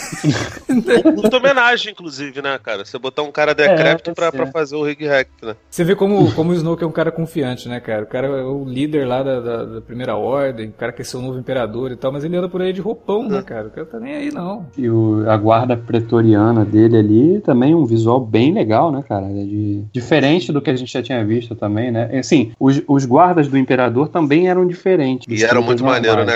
Muita homenagem, inclusive, né, cara? Você botar um cara decrépito é, pra, pra fazer o Hugh Hefner. Você vê como, como o Snoke é um cara confiante, né, cara? O cara é o líder lá da, da, da Primeira Ordem, o cara quer ser o novo imperador e tal, mas ele anda por aí de roupão, né, cara? O cara tá nem aí, não. E o, a guarda pretoriana dele ali, também um visual bem legal, né, cara? É de, diferente do que a gente já tinha visto também, né? Assim, os, os guardas do imperador também eram diferentes. E eram muito maneiro, né, cara?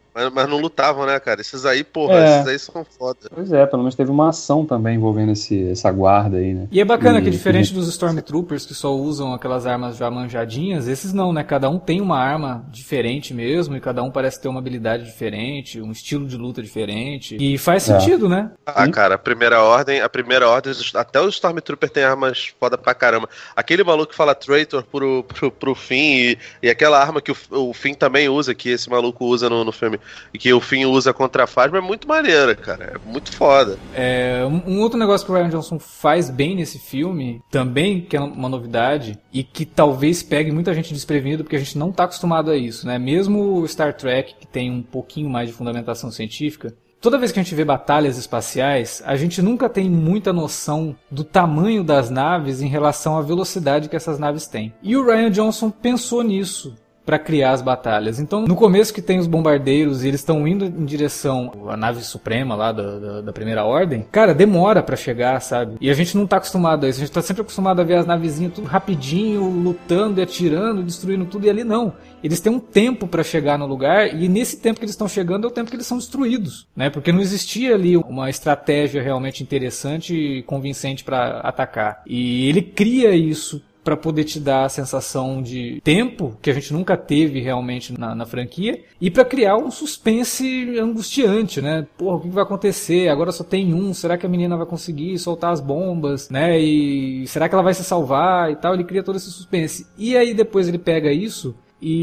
Mas, mas não lutavam, né, cara? Esses aí, porra, É. esses aí são foda. Pois é, pelo menos teve uma ação também envolvendo esse, essa guarda aí, né? E é bacana E- que, diferente dos Stormtroopers que só usam aquelas armas já manjadinhas, esses não, né? Cada um tem uma arma diferente mesmo, e cada um parece ter uma habilidade diferente, um estilo de luta diferente. E faz É. sentido, né? Ah, Sim. cara, a primeira ordem, a primeira ordem, até os Stormtrooper tem armas foda pra caramba. Aquele maluco que fala traitor pro, pro, pro Finn e, e aquela arma que o, o Finn também usa, que esse maluco usa no, no filme, e que o Finn usa contra a Phasma, é muito maneira, cara. É muito foda. É, um, um outro negócio que o Rian Johnson faz bem nesse filme, também que é uma novidade, e que talvez pegue muita gente desprevenido, porque a gente não tá acostumado a isso, né? Mesmo o Star Trek, que tem um pouquinho mais de fundamentação científica, toda vez que a gente vê batalhas espaciais, a gente nunca tem muita noção do tamanho das naves em relação à velocidade que essas naves têm. E o Rian Johnson pensou nisso para criar as batalhas. Então, no começo que tem os bombardeiros e eles estão indo em direção à nave suprema lá da, da, da primeira ordem, cara, demora para chegar, sabe? E a gente não tá acostumado a isso. A gente tá sempre acostumado a ver as navezinhas tudo rapidinho, lutando e atirando, destruindo tudo, e ali não. Eles têm um tempo para chegar no lugar, e nesse tempo que eles estão chegando é o tempo que eles são destruídos, né? Porque não existia ali uma estratégia realmente interessante e convincente para atacar. E ele cria isso para poder te dar a sensação de tempo que a gente nunca teve realmente na, na franquia, e para criar um suspense angustiante, né? Porra, o que vai acontecer? Agora só tem um, será que a menina vai conseguir soltar as bombas, né? E será que ela vai se salvar e tal? Ele cria todo esse suspense. E aí depois ele pega isso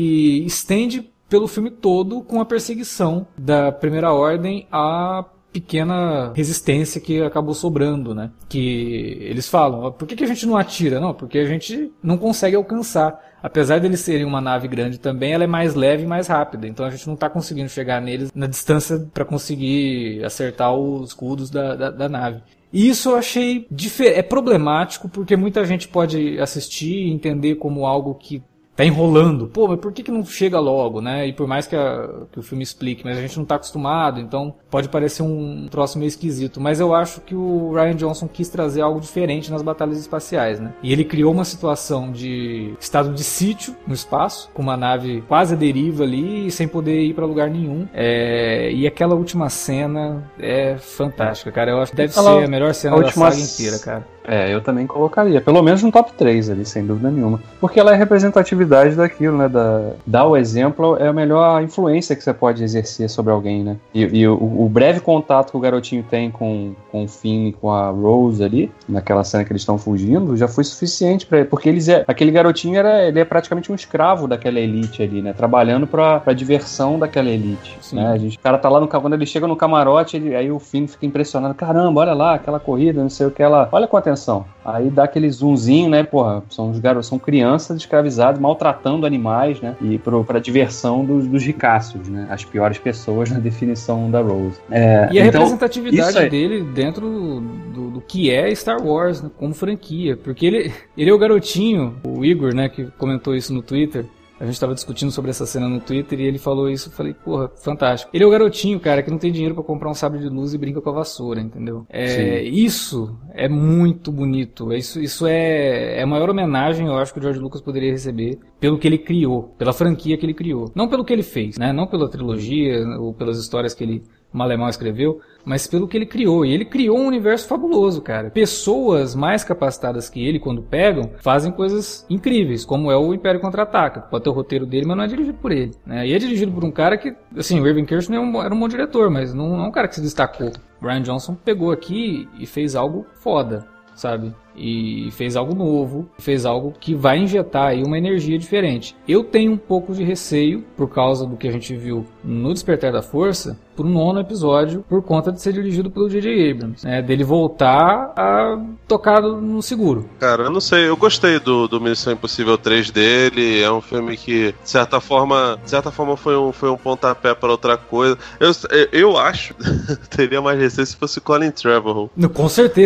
e estende pelo filme todo com a perseguição da Primeira Ordem a pequena resistência que acabou sobrando, né? Que eles falam, por que, que a gente não atira? Não, porque a gente não consegue alcançar. Apesar deles serem uma nave grande também, ela é mais leve e mais rápida. Então a gente não está conseguindo chegar neles na distância para conseguir acertar os escudos da, da, da nave. E isso eu achei diferente. É problemático porque muita gente pode assistir e entender como algo que tá enrolando. Pô, mas por que que não chega logo, né? E por mais que, a, que o filme explique, mas a gente não tá acostumado, então pode parecer um troço meio esquisito. Mas eu acho que o Rian Johnson quis trazer algo diferente nas batalhas espaciais, né? E ele criou uma situação de estado de sítio no espaço, com uma nave quase à deriva ali, e sem poder ir pra lugar nenhum. É... E aquela última cena é fantástica, cara. Eu acho que deve Ela, ser a melhor cena a da última saga inteira, cara. É, eu também colocaria. Pelo menos no top três ali, sem dúvida nenhuma. Porque ela é representatividade daquilo, né? Da, dar o exemplo é a melhor influência que você pode exercer sobre alguém, né? E, e o, o breve contato que o garotinho tem com, com o Finn e com a Rose ali, naquela cena que eles estão fugindo, já foi suficiente pra ele. Porque eles é, aquele garotinho era, ele é praticamente um escravo daquela elite ali, né? Trabalhando pra, pra diversão daquela elite. Né? A gente, o cara tá lá no quando ele chega no camarote, ele, aí o Finn fica impressionado. Caramba, olha lá, aquela corrida, não sei o que ela. Olha com atenção. Aí dá aquele zoomzinho, né? Porra, são os garotos, são crianças escravizadas, maltratando animais, né? E pro, pra diversão dos, dos ricaços, né? As piores pessoas na definição da Rose. É, e a então, representatividade é... dele dentro do, do, do que é Star Wars, né? Como franquia. Porque ele, ele é o garotinho, o Igor, né? Que comentou isso no Twitter. A gente tava discutindo sobre essa cena no Twitter e ele falou isso, eu falei, porra, fantástico. Ele é o garotinho, cara, que não tem dinheiro pra comprar um sabre de luz e brinca com a vassoura, entendeu? É, isso é muito bonito. Isso, isso é, é a maior homenagem, eu acho, que o George Lucas poderia receber pelo que ele criou, pela franquia que ele criou. Não pelo que ele fez, né? Não pela trilogia ou pelas histórias que ele Malemal escreveu, mas pelo que ele criou. E ele criou um universo fabuloso, cara. Pessoas mais capacitadas que ele, quando pegam, fazem coisas incríveis, como é o Império Contra-Ataca. Pode ter o roteiro dele, mas não é dirigido por ele, né? E é dirigido por um cara que, assim, o Irving Kirchner era um, era um bom diretor, mas não, não é um cara que se destacou. O Rian Johnson pegou aqui e fez algo foda, sabe? E fez algo novo, fez algo que vai injetar aí uma energia diferente. Eu tenho um pouco de receio, por causa do que a gente viu no Despertar da Força, pro nono episódio, por conta de ser dirigido pelo J J Abrams, né? Dele voltar a tocar no seguro. Cara, eu não sei, eu gostei do, do Missão Impossível três dele, é um filme que, de certa forma, de certa forma foi um, foi um pontapé para outra coisa. Eu, eu acho, teria mais receio se fosse Colin Trevorrow. Com certeza. Ah.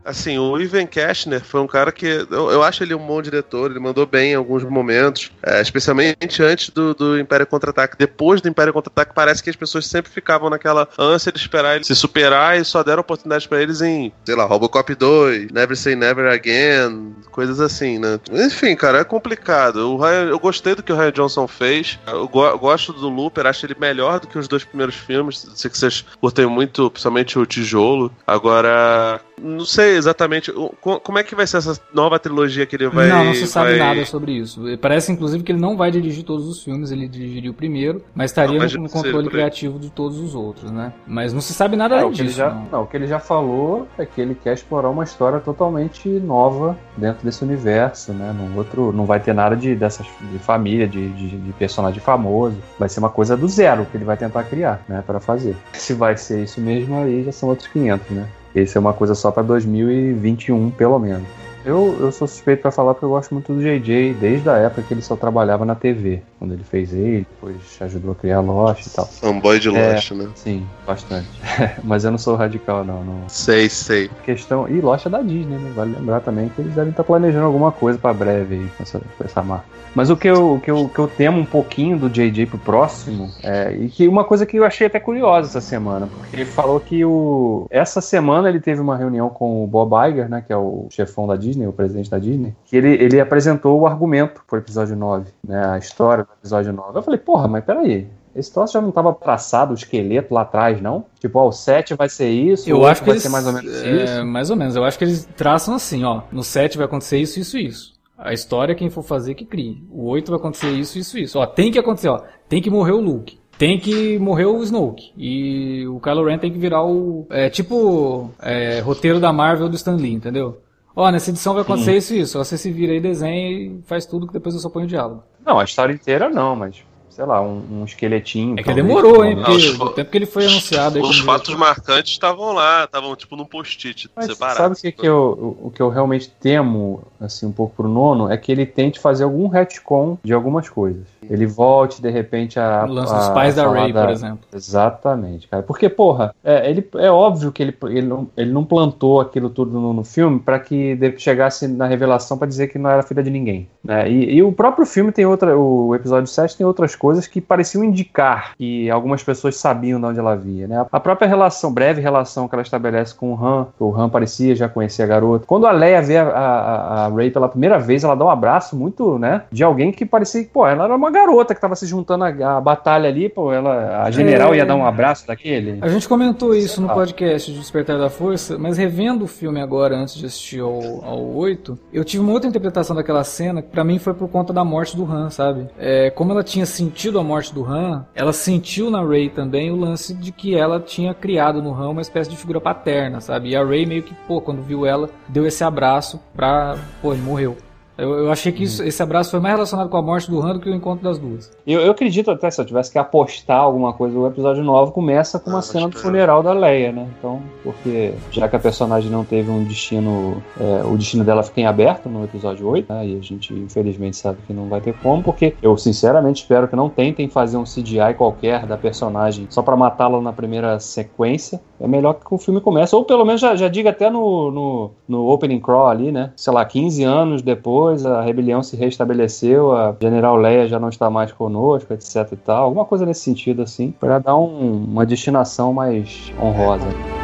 Assim, o Ivan Kastner foi um cara que eu, eu acho ele um bom diretor, ele mandou bem em alguns momentos, é, especialmente antes do, do Império Contra-Ataque. Depois do Império Contra-Ataque, parece que as pessoas sempre ficavam naquela ânsia de esperar ele se superar e só deram oportunidade pra eles em, sei lá, Robocop dois, Never Say Never Again, coisas assim, né? Enfim, cara, é complicado. O Ryan, eu gostei do que o Ryan Johnson fez, eu go- gosto do Looper, acho ele melhor do que os dois primeiros filmes, sei que vocês curtem muito, principalmente o Tijolo. Agora, não sei exatamente como é que vai ser essa nova trilogia que ele vai... Não, não se sabe vai... nada sobre isso. Parece, inclusive, que ele não vai dirigir todos os filmes, ele dirigiria o primeiro, mas estaria não, no, no controle criativo de todos os outros, né? Mas não se sabe nada É, além o que ele disso, já, não. não, o que ele já falou é que ele quer explorar uma história totalmente nova dentro desse universo, né? Num outro, não vai ter nada de, dessas, de família, de, de, de personagem famoso. Vai ser uma coisa do zero que ele vai tentar criar, né? Para fazer. Se vai ser isso mesmo, aí já são outros quinhentos, né? Esse é uma coisa só para dois mil e vinte e um, pelo menos. Eu, eu sou suspeito pra falar porque eu gosto muito do J J desde a época que ele só trabalhava na T V. Quando ele fez ele, depois ajudou a criar Lost e tal. Fanboy de Lost, é, né? Sim, bastante. Mas eu não sou radical, não. não. Sei, sei. Questão... E Lost é da Disney, né? Vale lembrar também que eles devem estar planejando alguma coisa pra breve aí com essa, com essa marca. Mas o que, eu, o, que eu, o que eu temo um pouquinho do J J pro próximo é... E que uma coisa que eu achei até curiosa essa semana, porque ele falou que o... essa semana ele teve uma reunião com o Bob Iger, né? Que é o chefão da Disney, o presidente da Disney, que ele, ele apresentou o argumento pro episódio nove, né? A história do episódio nove. Eu falei, porra, mas peraí, esse troço já não estava traçado, o esqueleto lá atrás, não? Tipo, ó, o sete vai ser isso, eu o acho que vai eles, ser mais ou menos é, isso. Mais ou menos, eu acho que eles traçam assim, ó, no sete vai acontecer isso, isso, isso. A história, quem for fazer, que crie. O oito vai acontecer isso, isso, isso. Ó, tem que acontecer, ó, tem que morrer o Luke. Tem que morrer o Snoke. E o Kylo Ren tem que virar o... É, tipo, é, roteiro da Marvel do Stan Lee, entendeu? Ó, nessa edição vai acontecer hum. isso e isso. Ó, você se vira aí, desenha e faz tudo que depois eu só ponho o diálogo. Não, a história inteira não, mas... sei lá, um, um esqueletinho. É que demorou, hein? Porque o tempo que ele foi anunciado... Os aí fatos marcantes estavam lá, estavam tipo num post-it separado. Sabe o que, que eu, o que eu realmente temo, assim, um pouco pro nono? É que ele tente fazer algum retcon de algumas coisas. Ele volte, de repente, a... O lance dos pais da Rey, da... por exemplo. Exatamente, cara. Porque, porra, é, ele, é óbvio que ele, ele, não, ele não plantou aquilo tudo no, no filme pra que chegasse na revelação pra dizer que não era filha de ninguém, né? E, e o próprio filme tem outra... O episódio sete tem outras coisas que pareciam indicar que algumas pessoas sabiam de onde ela via, né? A própria relação, breve relação que ela estabelece com o Han, que o Han parecia já conhecer a garota. Quando a Leia vê a, a, a Rey pela primeira vez, ela dá um abraço muito, né? De alguém que parecia que, pô, ela era uma garota que tava se juntando à batalha ali, pô, ela, a general é... ia dar um abraço daquele. A gente comentou isso no podcast de Despertar da Força, mas revendo o filme agora, antes de assistir ao, ao oito, eu tive uma outra interpretação daquela cena, que pra mim foi por conta da morte do Han, sabe? É, como ela tinha sentido a morte do Han, ela sentiu na Rey também o lance de que ela tinha criado no Han uma espécie de figura paterna, sabe? E a Rey meio que, pô, quando viu ela, deu esse abraço pra... pô, ele morreu. Eu, eu achei que isso, esse abraço foi mais relacionado com a morte do Han do que o encontro das duas. Eu, eu acredito até, se eu tivesse que apostar alguma coisa, o episódio nove começa com uma ah, cena do funeral da Leia, né? Então, porque já que a personagem não teve um destino, é, o destino dela fica em aberto no episódio oito, né? E a gente infelizmente sabe que não vai ter como, porque eu sinceramente espero que não tentem fazer um C G I qualquer da personagem só pra matá-la na primeira sequência. É melhor que o filme comece, ou pelo menos já, já diga até no, no, no opening crawl ali, né? Sei lá, quinze anos depois, a rebelião se restabeleceu, a General Leia já não está mais conosco, etc e tal. Alguma coisa nesse sentido, assim, para dar um, uma destinação mais honrosa.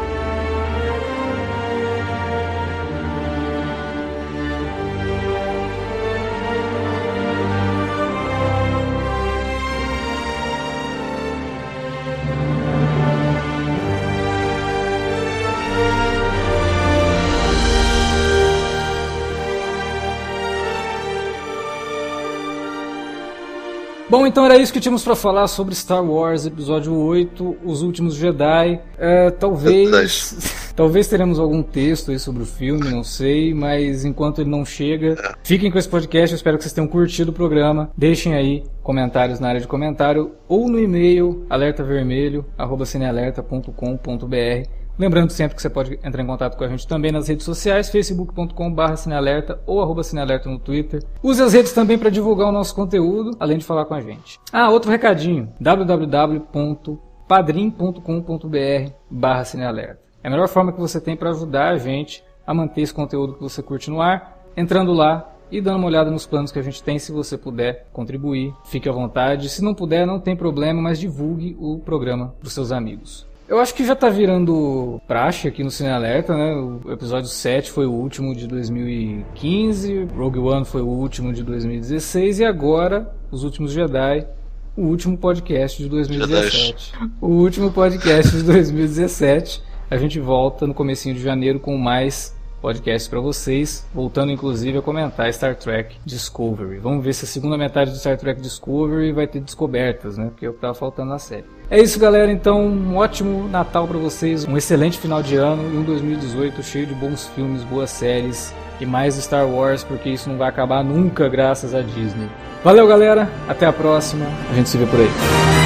Bom, então era isso que tínhamos para falar sobre Star Wars Episódio oito, Os Últimos Jedi. É, talvez talvez teremos algum texto aí sobre o filme, não sei, mas enquanto ele não chega, fiquem com esse podcast. Eu espero que vocês tenham curtido o programa. Deixem aí comentários na área de comentário ou no e-mail alertavermelho arroba cinealerta ponto com ponto br. Lembrando sempre que você pode entrar em contato com a gente também nas redes sociais, facebook ponto com barra cinealerta ou arroba cinealerta no Twitter. Use as redes também para divulgar o nosso conteúdo, além de falar com a gente. Ah, outro recadinho, w w w ponto padrim ponto com ponto br barra cinealerta. É a melhor forma que você tem para ajudar a gente a manter esse conteúdo que você curte no ar, entrando lá e dando uma olhada nos planos que a gente tem. Se você puder contribuir, fique à vontade. Se não puder, não tem problema, mas divulgue o programa para os seus amigos. Eu acho que já tá virando praxe aqui no Cine Alerta, né? O episódio sete foi o último de dois mil e quinze, Rogue One foi o último de dois mil e dezesseis e agora, Os Últimos Jedi, o último podcast de dois mil e dezessete. O último podcast de dois mil e dezessete. A gente volta no comecinho de janeiro com mais podcast para vocês, voltando inclusive a comentar Star Trek Discovery. Vamos ver se a segunda metade do Star Trek Discovery vai ter descobertas, né? Porque é o que tava faltando na série. É isso, galera. Então, um ótimo Natal para vocês, um excelente final de ano e um dois mil e dezoito cheio de bons filmes, boas séries e mais Star Wars, porque isso não vai acabar nunca graças a Disney. Valeu, galera. Até a próxima. A gente se vê por aí.